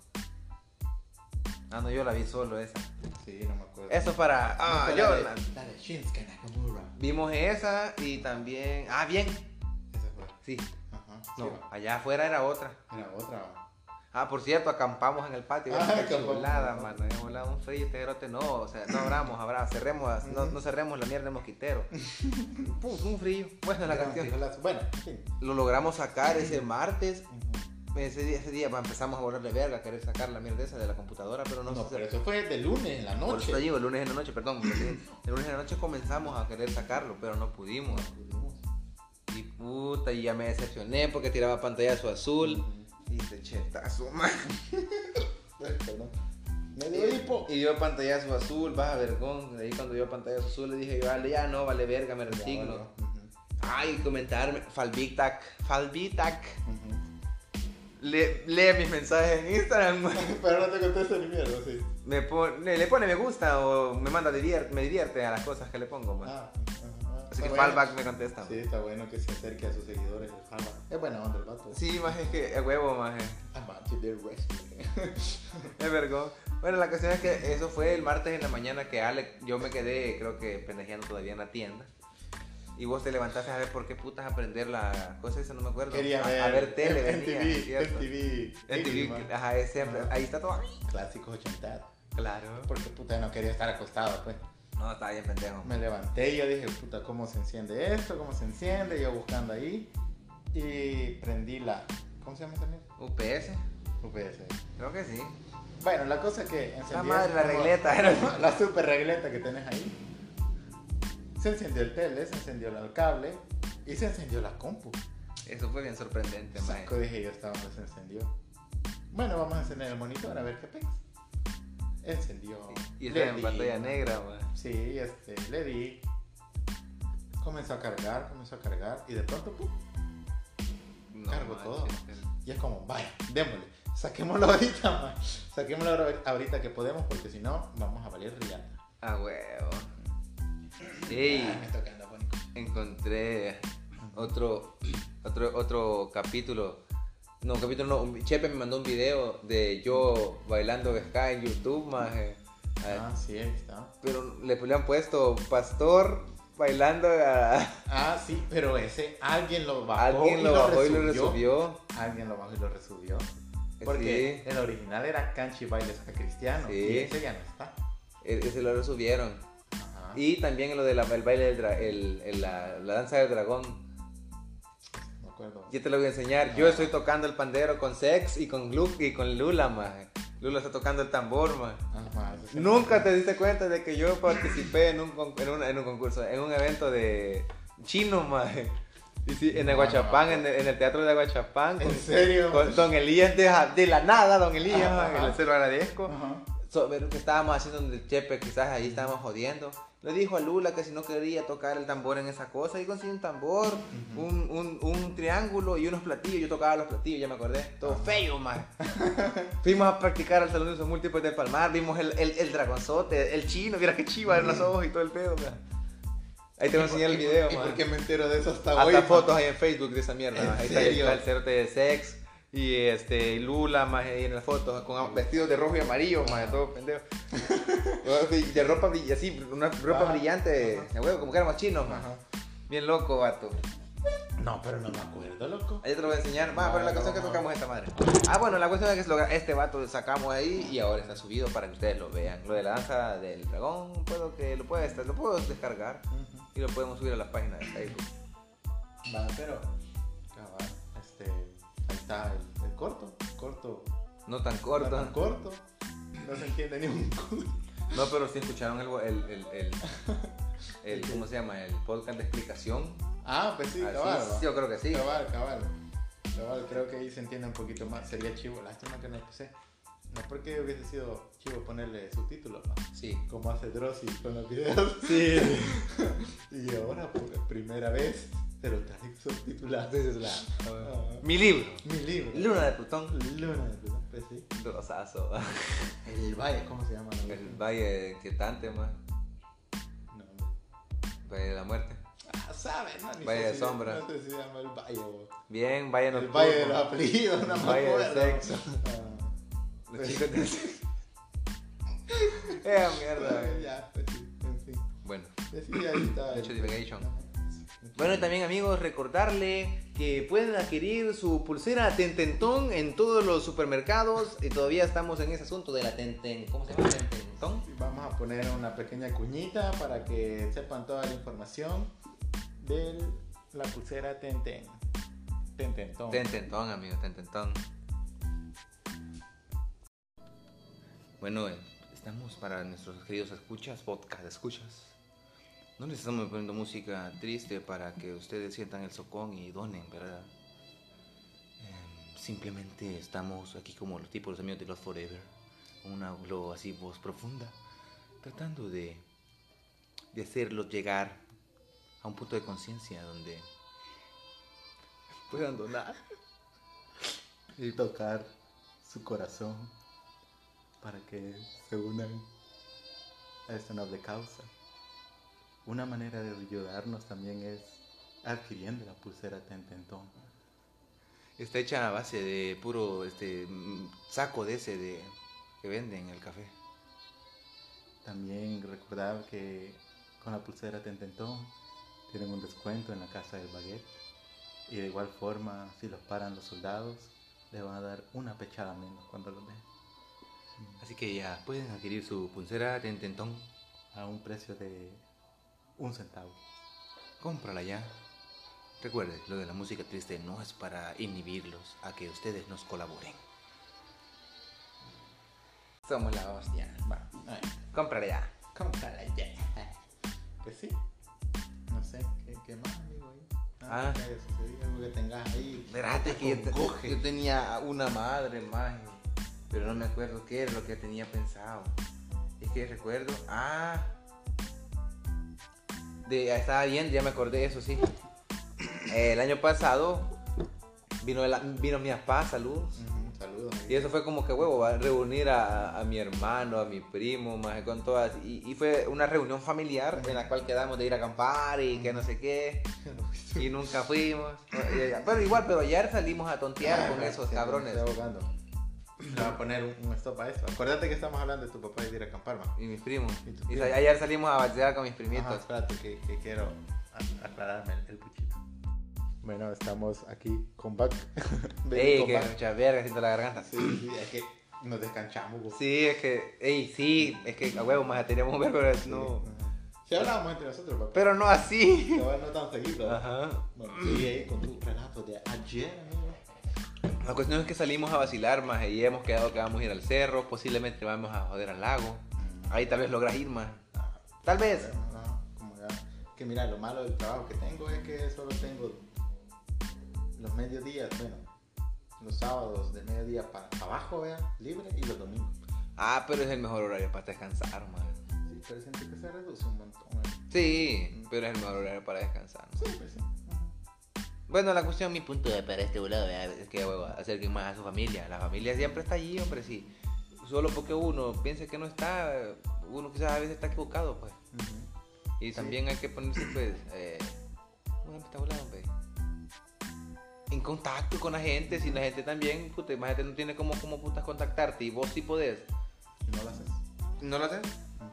Ah, no, yo la vi solo esa. Sí, no me acuerdo. Eso para... Ah, No, fue yo... la de, la- la de Shinsuke Nakamura. Vimos esa y también... Ah, bien. Esa fue. Sí. Ajá. Sí, No, va. allá afuera era otra. Era otra. va. Ah, por cierto, acampamos en el patio. Ah, Qué acampamos. chulada, mano. Habíamos volado un frío, este erote no. O sea, no abramos, abramos, cerremos, no, no cerremos la mierda de mosquitero. Pum, un frío. Bueno, la Era un canción. frijolazo. Bueno, en fin. Lo logramos sacar ese martes. Ujú. Ese día, ese día bah, empezamos a volverle verga, a querer sacar la mierda esa de la computadora, pero no, No, se pero eso fue de lunes en la Por noche. eso digo, el lunes en la noche, perdón. porque El lunes en la noche comenzamos a querer sacarlo, pero no pudimos. Y puta, y ya me decepcioné porque tiraba pantallazo azul. Ujú. Y de chetazo, man. Ay, perdón. Me dio hipo. Y dio pantallazo azul, baja vergón. De ahí cuando dio pantallazo azul le dije, vale, ya no, vale verga, me resigno. Ujú. Ay, comentarme, Falbitac, Falbitac. Ujú. Le, lee mis mensajes en Instagram, man. Pero no te contesta ni mierda, sí. Me pone, le pone me gusta o me manda divier, me divierte a las cosas que le pongo, man. Ah, ajá. Así Está que bueno. Fallback me contesta. Sí, está bueno que se acerque a sus seguidores. el Fallback. Es buena onda el vato. Sí, más es que es huevo, más About the wrestling. es vergón. Bueno, la cuestión es que eso fue el martes en la mañana que Alex, yo me quedé, creo que pendejeando todavía en la tienda. Y vos te levantaste a ver por qué putas aprender la cosa esa, no me acuerdo. Quería a, ver. a ver tele, en venía, T V. ¿cierto? En T V. En T V, ajá, es siempre, Ajá. ahí está todo. Clásicos ochentas. Claro. Porque puta no quería estar acostado, pues. No, estaba bien pendejo. Me levanté y yo dije, puta, ¿cómo se enciende esto? ¿Cómo se enciende? Yo buscando ahí. Y prendí la. ¿Cómo se llama esa mierda? U P S, U P S. creo que sí. Bueno, la cosa es que encendí. La madre, la esa- regleta, era- La super regleta que tenés ahí. Se encendió el tele, se encendió el cable y se encendió la compu. Eso fue bien sorprendente, mae. Saco, dije yo, hasta dónde se encendió. Bueno, vamos a encender el monitor a ver qué pasa. Encendió. Y Le está en di, pantalla negra, mae. Sí, este, le di. Comenzó a cargar, comenzó a cargar y de pronto, ¡pum! No, Cargo manches, todo. el- Y es como, vaya, démosle. Saquémoslo ahorita, man. Saquémoslo ahor- ahorita que podemos porque si no, vamos a valer riata. Ah, huevo. Ey, Ah, me toca andafónico. encontré otro, otro, otro capítulo. No, un capítulo no. un- Chepe me mandó un video de yo bailando ska en YouTube, maje. Ah, sí, ahí está. Pero le, le han puesto pastor bailando a... Ah, sí, pero ese alguien lo bajó. Alguien y lo bajó y lo resubió. resubió. Alguien lo bajó y lo resubió. Sí. Porque el original era Canchi Baile Ska Cristiano. Sí. Y ese ya no está. E- Ese lo resubieron. Ajá. Y también lo del baile del dra- el, el- la, la danza del dragón. No me acuerdo. Yo te lo voy a enseñar. Yo estoy tocando el pandero con Sex y con Luke y con Lula, maje. Lula está tocando el tambor, maje. Ajá, ese sí. Nunca te diste cuenta de que yo participé en un, con- en un, en un concurso, en un evento de chino, maje. Y sí, en No, Aguachapán, no, en, el, en el teatro de Aguachapán. ¿En con- serio? Con Don Elías de, de la nada, Don Elías, Ajá, maje, ajá. se lo agradezco. Ajá. Sobre lo que estábamos haciendo en el Chepe, quizás ahí estábamos jodiendo. Le dijo a Lula que si no quería tocar el tambor en esa cosa, y consiguió un tambor, Ujú. un, un, un triángulo y unos platillos. Yo tocaba los platillos, ya me acordé. Todo Ajá. feo, man. Fuimos a practicar al Salón de Usos Múltiples del Palmar, vimos el, el, el dragonzote, el chino, mira qué chiva en los ojos y todo el pedo, man. Ahí te voy a enseñar el video, ¿Y man. por qué me entero de eso hasta, Hasta hoy? man? fotos ahí en Facebook de esa mierda. ¿En man. Ahí serio? está el cerote de Sex y este y Lula más ahí en las fotos con vestidos de rojo y amarillo, más de todo pendejo. De ropa brillante, así, una ropa Ajá, brillante, ajá. de huevo, como que éramos chinos, man. Ajá. Bien loco, vato. No, pero no me acuerdo, loco. Ahí te lo voy a enseñar. Va, pero la cuestión es que No. tocamos esta madre. Ah, bueno, la cuestión es que logra- este vato sacamos ahí y ahora está subido para que ustedes lo vean. Lo de la danza del dragón, puedo que lo puedes, lo puedo descargar Ujú. y lo podemos subir a las páginas de Facebook. Va, pero. Cabal, este. Ahí está el, el corto. Corto. No tan No corto. tan corto. No se entiende ni un culo. No, pero sí escucharon el, el, el, el, el- ¿cómo se llama? El podcast de explicación. Ah, pues sí, Así, cabal. va. yo creo que sí. Cabal, cabal. Cabal, creo que ahí se entiende un poquito más. Sería chivo, lástima que no lo puse. No es porque hubiese sido chivo ponerle subtítulos, ¿no? Sí. Como hace Drosy con los videos. Sí. Y ahora, por primera vez, te lo traigo subtitulado. Ah, Mi libro. mi libro. Luna de Plutón. Luna de Plutón, pues sí. Rosazo. El Valle, ¿cómo se llama? El valle inquietante, más. No, hombre. Valle de la muerte. Ah, ¿sabes? No, Ni Valle sé de si- sombras. No sé si se llama el Valle o... Bien, valle El nocturno. Valle de los apellidos, no me Valle de acuerdo. sexo. Ah, Los chicos de sexo. Eh, mierda. eh, ya, pues sí, en fin. Bueno. Pues sí, ahí está. Mucho el- divagation. Ajá. Bueno, y también amigos, recordarle que pueden adquirir su pulsera Tententón en todos los supermercados y todavía estamos en ese asunto de la Tenten... ¿Cómo se llama? Tententón. Sí, vamos a poner una pequeña cuñita para que sepan toda la información de la pulsera Tenten. Tententón. Tententón, amigos, Tententón. Bueno, eh, estamos para nuestros queridos escuchas, podcast escuchas. No les estamos poniendo música triste para que ustedes sientan el socón y donen, ¿verdad? Eh, simplemente estamos aquí como los tipos, los amigos de Lost Forever, con una glow así voz profunda, tratando de, de hacerlos llegar a un punto de conciencia donde puedan donar. Y tocar su corazón para que se unan a esta noble causa. Una manera de ayudarnos también es adquiriendo la pulsera Tententón. Está hecha a base de puro este mm, saco de ese de que venden en el café. También recordar que con la pulsera Tententón tienen un descuento en la casa del baguette. Y de igual forma, si los paran los soldados, le van a dar una pechada menos cuando los ven. Así que ya pueden adquirir su pulsera Tententón. A un precio de un centavo. Cómprala ya. Recuerde, lo de la música triste no es para inhibirlos a que ustedes nos colaboren. Somos la hostia. Va, ay, Cómprala ya. cómprala ya. Pues sí. No sé, ¿qué, qué más, amigo? Ahí? Ah. ¿Qué haya sucedido? Algo que tengas ahí. Espérate que yo, te- Congoje. yo tenía una madre más, pero no me acuerdo qué era lo que tenía pensado. Es que recuerdo, ah, de, estaba viendo, ya me acordé, eso sí. Eh, el año pasado vino, la- vino mi papá, saludos. Ujú, saludos. Y eso fue como que huevo, va a reunir a, a mi hermano, a mi primo, más con todas. Y, y fue una reunión familiar en la cual quedamos de ir a acampar y que no sé qué. Y nunca fuimos. Pero igual, pero ayer salimos a tontear con esos Sí, cabrones. Me estoy ahogando. Le voy a poner un, un stop a esto. Acuérdate que estamos hablando de tu papá y de ir a acampar, man. Y mis primos. Y tus Y primos. sa- ayer salimos a batear con mis Ajá, primitos. espérate que, que quiero a- aclararme el, el puchito. Bueno, estamos aquí con Back. Ey, que mucha verga, siento la garganta. Sí, sí, es que nos descanchamos. güey. Sí, es que, ey, sí, es que a huevo más teníamos ver, pero Sí, no. ajá. Sí hablábamos entre nosotros, papá. Pero no así. Pero no tan seguido. Ajá. Bueno, sigue ahí con tu relato de ayer, amigo. La cuestión es que salimos a vacilar más y hemos quedado que vamos a ir al cerro, posiblemente vamos a joder al lago. Ahí tal vez logras ir más. Tal vez. Pero no, como ya. Que mira, lo malo del trabajo que tengo es que solo tengo los mediodías, bueno, los sábados de mediodía para, para abajo, vea, libre, y los domingos. Ah, pero es el mejor horario para descansar, man. Sí, pero siento que se reduce un montón. eh. Sí, pero es el mejor horario para descansar. ¿no? Sí, pues sí. Ajá. Bueno, la cuestión, mi punto de para este volado es que huevo, acerquen más a su familia. La familia siempre está allí, hombre, sí. Solo porque uno piensa que no está, uno quizás a veces está equivocado, pues. Ujú. Y también hay que ponerse, pues, eh, ¿cómo se llama esta volada, hombre? En contacto con la gente, si la gente también, puta, imagínate, no tiene como, como putas contactarte y vos sí podés. Y no lo haces. ¿No lo haces?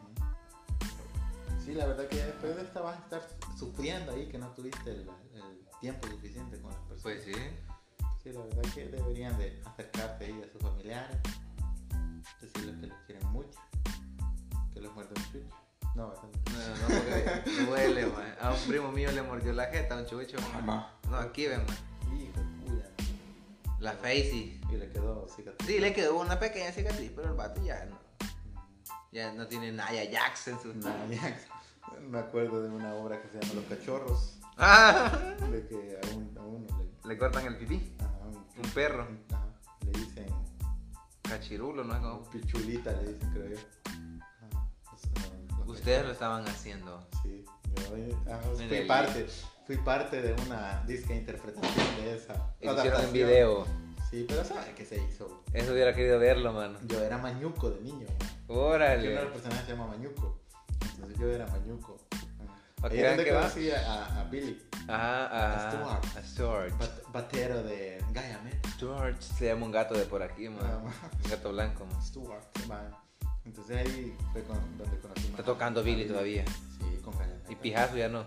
Ujú. Sí, la verdad que después de esta vas a estar sufriendo ahí que no tuviste el, el tiempo suficiente con las personas. Pues sí. Sí, la verdad que deberían de acercarse ahí a sus familiares, decirles que los quieren mucho, que los muerden un chucho. No, eso no. No, no, porque me duele, man. A un primo mío le mordió la jeta, un chucho. No, aquí ven, man. Hijo de puya. La Facey. Y le quedó cicatriz. Sí, le quedó una pequeña cicatriz, pero el vato ya no. Ya no tiene Nia Jax en su. Nah, ya. Me acuerdo de una obra que se llama Los Cachorros, ¡Ah! de que a, un, a uno le, Le cortan el pipí. ajá, Un perro. Ajá, le dicen Cachirulo, ¿no es como? pichulita, le dicen, creo yo. Ajá, eso no- no- Ustedes lo estaban haciendo. Sí, yo eh, ajá, En fui el- parte, fui parte de una disque interpretación de esa. Hicieron un adaptación. video. Sí, pero ¿sabes qué se hizo? Eso hubiera querido verlo, mano. Yo era Mañuco de niño. Que uno de Órale. los personajes se llama Mañuco. Entonces yo era Mañuco. Ok, Ahí es donde ¿qué va? conocí a, a Billy, Ajá, a A Stuart. A Stuart. bat- batero de Gaia Met. Stuart se llama un gato de por aquí, man. Ah, Un gato blanco, man. Stuart, man. Entonces ahí fue con, donde conocí Está más tocando a Billy todavía. Sí, con Gaia Met. Y Pijazo ya no.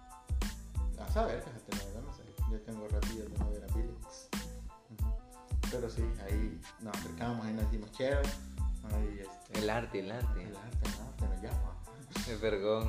A saber, fíjate, la verdad no sé. Yo tengo ratillos de no ver a Billy. Ujú. Pero sí, ahí nos acercamos, ahí nos dimos chero. Ahí este. El arte, el arte. El arte, el arte nos llama. El vergón.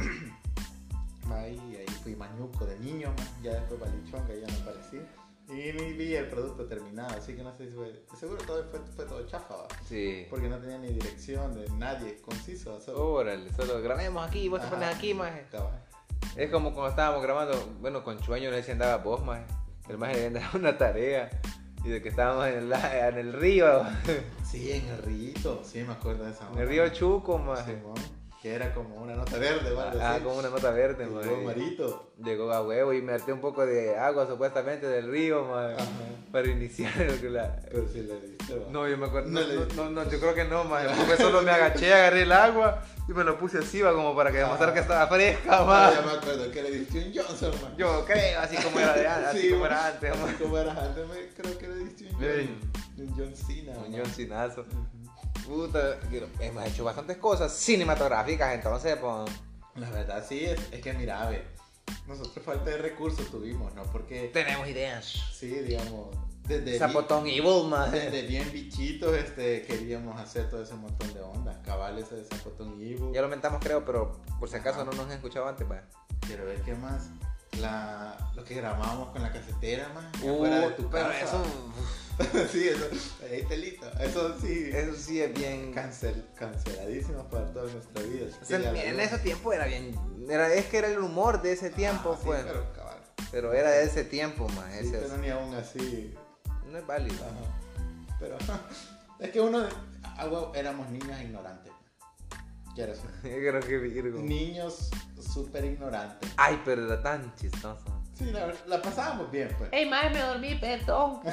Ahí, ahí fui Mañuco de niño, man. Ya después Balichonga ya no aparecí. Y ni vi el producto terminado, así que no sé si fue. Seguro todo fue, fue todo chafa, ¿va? Sí. Porque no tenía ni dirección de nadie conciso. Solo. Órale, solo grabemos aquí, vos te Ajá. pones aquí, maje. Cabal. Es como cuando estábamos grabando, bueno, con Chueño, no sé si andaba vos, maje. El maje le habían dado una tarea. Y de que estábamos en el, la- en el río, Sí, en el río, sí me acuerdo de esa. en el río Chuco, maje. Simón, que era como una nota verde, ¿vale? Ah, como una nota verde, Llegó maje. Marito. Llegó a huevo y me harté un poco de agua supuestamente del río, maje. Ajá. Para iniciar el- la... Pero sí le diste, ¿va? No, yo me acuerdo, No no, le- no, no, no, yo creo que no, maje. Porque solo me agaché, agarré el agua y me lo puse así, va, como para que demostrar que estaba fresca, Ah, maje. ya me acuerdo que le diste un Johnson, man. Yo creo, así como era, de, an- así Sí, como man. era antes, Así maje. como era antes, me, creo que le diste un Ey. John, un John Cena. Un man. John Cinazo. Ujú. Puta, yo- hemos hecho bastantes cosas cinematográficas, entonces, pues. La verdad sí, es, es que mira, ve, nosotros falta de recursos tuvimos, ¿no? Porque, Tenemos ideas. sí, digamos, desde, Zapotón Evil, man. desde bien bichitos este, queríamos hacer todo ese montón de ondas, cabal ese de Zapotón Evil. Ya lo mentamos, creo, pero por si acaso Ajá. no nos han escuchado antes, pues. Quiero ver qué más, la, lo que grabábamos con la casetera, man, Uh, afuera de tu pero casa. eso, Sí, eso, ahí telito, eso sí, eso sí es bien. cancel, canceladísimo para toda nuestra vida. así O sea, que ya en lo- ese tiempo era bien. Era, es que era el humor de ese tiempo, Ah, sí, pues. pero cabal. Pero era de ese tiempo, man. Sí, Ese pero ni aún así. no es válido. Ajá. Pero es que uno, algo, éramos niños ignorantes. Quiero decir. Creo que Virgo. Niños súper ignorantes. Ay, pero era tan chistoso. Sí, la, la pasábamos bien, pues. Ey, madre, me dormí, perdón.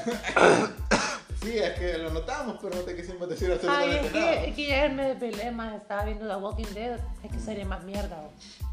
Sí, es que lo notamos, pero no te quisimos decir Ay, absolutamente es que, nada. es que ya ayer me desvelé, más estaba viendo The Walking Dead. Es que sería más mierda, ¿o?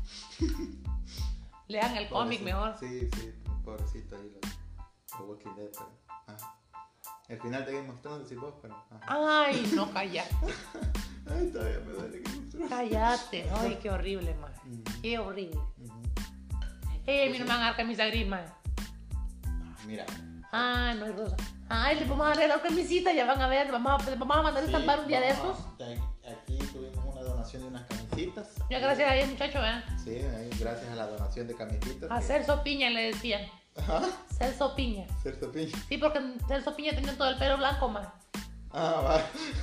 Lean el cómic Pobrecito. mejor. Sí, sí, pobrecito ahí los, los Walking Dead, pero. Ajá. El final de Game of Thrones, decís vos, pero. Ajá. Ay, no, cállate. Ay, todavía me duele Game of Thrones. Cállate. Ay, qué horrible, man. Qué horrible. Ujú. Ey, a mí no me van a dar camisa gris, man. Ah, mira. Ah, no hay rosa. Ay, le vamos a arreglar camisita, ya van a ver. Vamos a, vamos a mandar a Sí, estampar un día de vamos estos. a- Aquí tuvimos una donación de unas camisitas. Ya gracias a Dios, muchachos, ¿eh? Sí, ahí, gracias a la donación de camisitas. A que- Celso Piña le decían. Ajá. Celso Piña. Celso Piña. Sí, porque Celso Piña tenía todo el pelo blanco, man. Ah, va.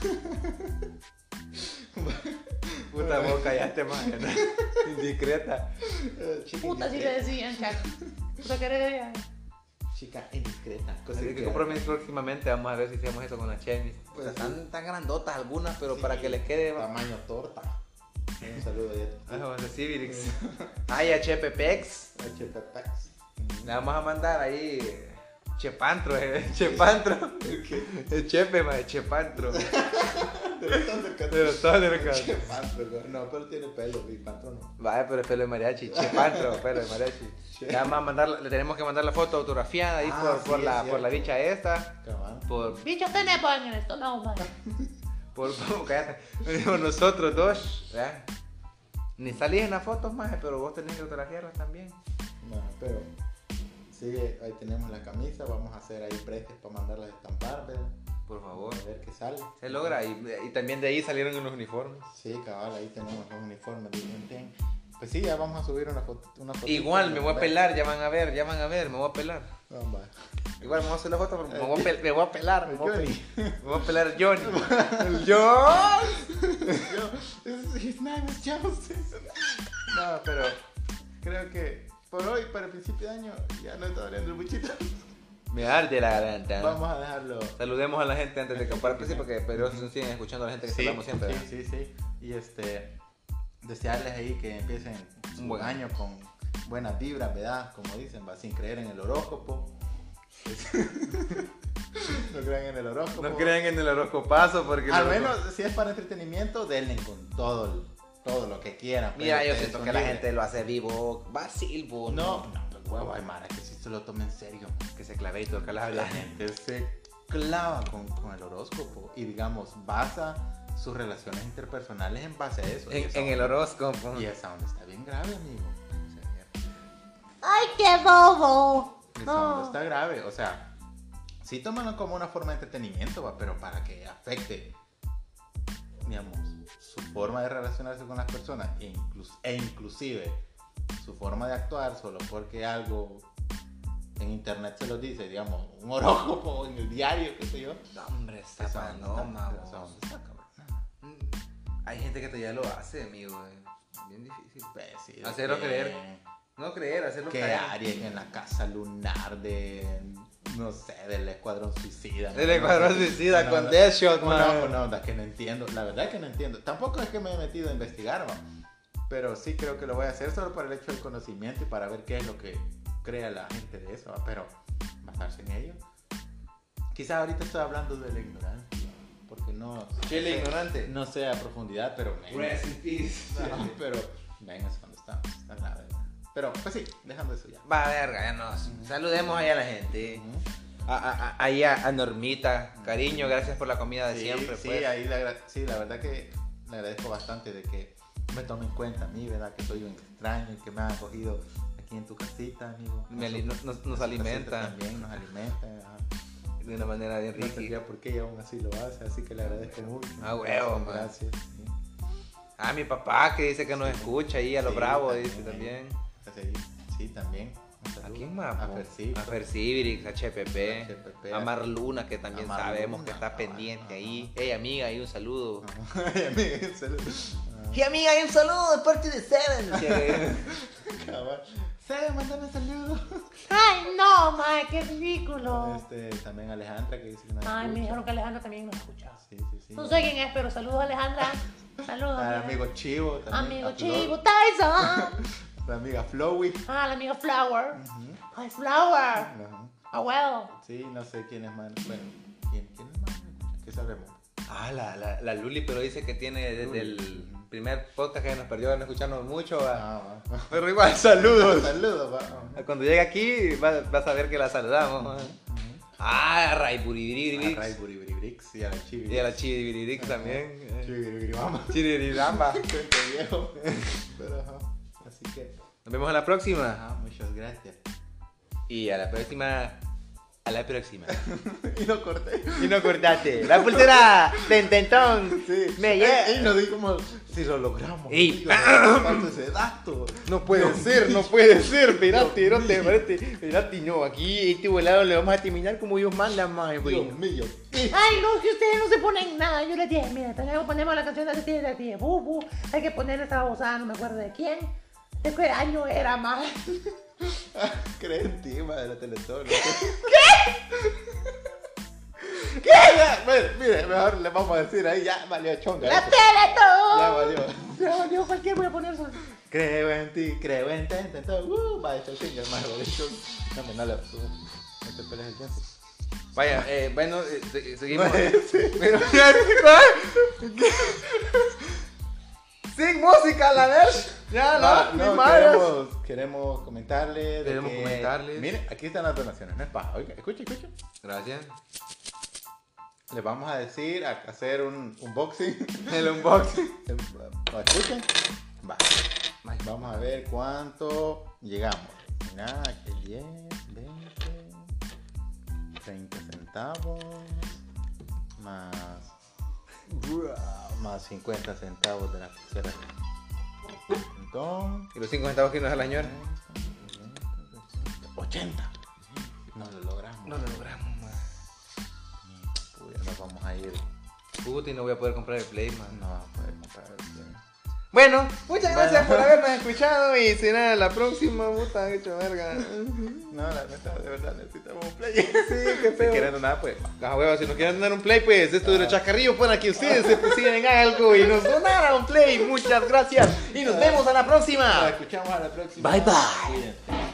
Puta vos callaste, man. Indiscreta. Eh, chica Puta, sí le indiscreta. decían, chaco. Puta, ¿qué le decían? Chica indiscreta. Cosa Así que compromiso próximamente, vamos a ver si hacemos eso con las chemis. Pues Pues sí. están tan grandotas algunas, pero Sí, para que les quede. va- Tamaño torta. Sí, un saludo ahí Ah, a tu vamos a decir, Virix. Ay, a Chepe Pex. H P Pex. Le vamos a mandar ahí. Chepantro, eh. Chepantro. El Chepe, man. Chepantro. De los Thundercats. De los Thundercats. Che, pantro, güey. No, pero tiene pelo, mi patrón no. Vaya, pero es pelo de mariachi. Chepantro, pelo de mariachi. Le vamos a mandar, le tenemos que mandar la foto autografiada ahí Ah, por, sí, por, es la, cierto. por la dicha esta. Cabal. Por, Bicho, tenemos en el estómago, man. por, por cállate. Venimos nosotros dos. ¿verdad? Ni salís en las fotos más, pero vos tenés que autografiarlas también. Bueno, pero sí, ahí tenemos la camisa. Vamos a hacer ahí precios para mandarlas a estampar, ¿verdad? Por favor. A ver qué sale. Se logra y, y también de ahí salieron unos uniformes. Sí, cabal, ahí tenemos los uniformes de Tintín. Pues sí, ya vamos a subir una foto. Una fotito Igual me de- voy a pelar, ya van a ver, ya van a ver, me voy a pelar. Vamos, va. Igual me voy a hacer la foto, pero me voy a, pel- me voy a pelar. Me El voy a, Johnny. pel- me voy a pelar el Johnny. El John. Yo, his name is Johnson. No, pero creo que por hoy, para el principio de año, ya no está doliendo el buchito. Me arde la garganta. Vamos a dejarlo. Saludemos a la gente antes de que parte, sí, porque pero siguen escuchando a la gente que Sí, saludamos siempre. sí, sí, sí. Y este, desearles ahí que empiecen un buen año con buenas vibras, ¿verdad? Como dicen, va, sin creer en el horóscopo. No crean en el horóscopo. No crean en el horóscopazo porque... Al el menos si es para entretenimiento, denle con todo, el- todo lo que quieran. Mira, pero yo ustedes siento son que la libres. gente lo hace vivo. Vacil, bo, No, no, pero huevo, hay mara que si se lo tome en serio. Que se clave y toca la La gente se clava con, con el horóscopo y, digamos, basa sus relaciones interpersonales en base a eso. Y En, esa en el onda- horóscopo. Y esa onda está bien grave, amigo. O sea, ¡Ay, qué bobo! esa No. onda está grave. O sea, sí tómalo como una forma de entretenimiento, va, pero para que afecte, digamos, su forma de relacionarse con las personas e, inclus- e inclusive su forma de actuar solo porque algo en internet se lo dice, digamos, un horóscopo en el diario, qué sé yo. No, hombre, está Esa pa- onda no, está- mamo. esa onda está cabrón. Mm, Hay gente que todavía lo hace, amigo. Es bien difícil. Pues sí, de Hacerlo que- creer. No creer, hacerlo Que creer. Aries en la casa lunar de, no sé, del Escuadrón Suicida. El ¿no? Escuadrón No sé. Suicida Una con onda- Deathshot, Una, man. una onda que no entiendo. La verdad que no entiendo. Tampoco es que me he metido a investigar, ¿no? Pero sí creo que lo voy a hacer solo por el hecho del conocimiento y para ver qué es lo que crea la gente de eso, ¿va? Pero basarse en ello. Quizás ahorita estoy hablando de la ignorancia, porque no... Chile no sé- ignorante. No sé a profundidad, pero... Rest in peace. No, pero venga, es cuando está, está grave. Pero, pues sí, dejando eso ya. Va, verga, ya nos. Saludemos ahí a la gente. A, a- a- ahí a, a Normita. Cariño, gracias por la comida de Sí, siempre. sí, pues. ahí le agra- sí, la verdad que le agradezco bastante de que me tome en cuenta a mí, ¿verdad? Que soy un extraño y que me han acogido aquí en tu casita, amigo. Me ali- Nuestro- nos, nos nuestra alimenta casita También nos alimenta. ajá. de una manera bien No rica. tendría por qué y aún así lo hace, así que le agradezco mucho. Ah, huevo, man. Gracias. sí. Ah, mi papá que dice que nos escucha ahí a los Sí, bravos, también, dice también. Sí, sí, también. Un ¿A saludo. quién más? A po? Fercito. A Fercibrix, a H P P, H P P, a Marluna, que también a Marluna, sabemos que está cabal, pendiente ajá. ahí. Hey, amiga, ahí un saludo. Ay, amigo, un saludo. Ah, Hey, amiga, hay un saludo de parte de Seven. cabal. Sí, mándame saludos. Ay, no, mae, qué ridículo. Este, también Alejandra que dice que nos Ay, me escucha. dijeron que Alejandra también nos escucha. Sí, sí, sí. No sé quién es, pero saludos a Alejandra. Saludos. Al amiga. amigo Chivo también. Amigo a Flor, Chivo, Tyson. La amiga Flowey. Ah, la amiga Flower. Ujú, Ay, Flower. ajá. Ah, well. Sí, no sé quién es más. Bueno, ¿quién, quién es más? ¿Qué sabemos? Ah, la, la, la Luli, pero dice que tiene desde Luli. el primer podcast que nos perdió de no escucharnos mucho. va. Ah, va. Pero igual, saludos. Saludos, va. Ajá. Cuando llegue aquí, va- vas a ver que la saludamos. va. Ah, a Ray A Buribiribirix. Ray Buribiribrix y a la Chivi. Y a la Chiribiribirix también. Chibiribiribamba. Chiribiribamba. Cuento viejo. Pero ajá. Así que, Nos vemos a la próxima. ajá, muchas gracias. Y a la próxima. A la próxima. Y no corté. Y no cortaste. La pulsera Tententón. Sí. Me Ey, lle- ey, no di como si lo logramos. Ey. Digo, falta ese dato. No puede ser, no puede ser. Espérate, no te espérate. Espérate, no. Aquí este volado le vamos a terminar como Dios manda, más. Dios mío. Ay, no, que ustedes no se ponen nada. Yo les dije, mira, tenemos, ponemos la canción de la tía de tía Bubu. Hay que poner esta babosada, no me acuerdo de quién. ¿De qué año era más? Cree en ti, madre de la Teletón. ¿Qué? ¿Qué? Bueno, mire, mejor le vamos a decir ahí, ya valió chonga. ¡La eso. Teletón! Ya valió. Ya valió, cualquier voy a poner eso. Creo en ti, creo en ti, entonces, uh, va a echar chinga, hermano, vale chonga. No, me no le subo. No te pelees el tiempo. Vaya, eh, bueno, eh, se- seguimos. Sí. Pero, sin música, la vez. Ya, Ah, no, no, ni madres. queremos, queremos comentarles. de Queremos que- comentarles. Miren, aquí están las donaciones, no es paja. Oiga, escucha, escucha. Gracias. Les vamos a decir, a hacer un unboxing. El unboxing. ¿Lo escuchan? Va. Vamos a ver cuánto llegamos. Mira, aquí diez, veinte, treinta centavos. Más. Más cincuenta centavos de la pizarra. Entonces. Y los cinco centavos que nos da la señora. ochenta. No lo logramos. No lo logramos, man. Ni puya, nos vamos a ir. Puta, y no voy a poder comprar el Play, man. No vamos a poder comprar el play. Bueno, muchas gracias Bueno. por habernos escuchado y será la próxima, puta, han hecho verga. No, la neta, de verdad necesitamos un play. Sí, qué feo. Si quieren donar, pues, a huevo, si nos quieren donar un play, pues, esto de los chascarrillos para que ustedes se pusieran en algo y nos donaran un play. Muchas gracias y nos vemos a la próxima. Nos escuchamos a la próxima. Bye, bye. Cuídense.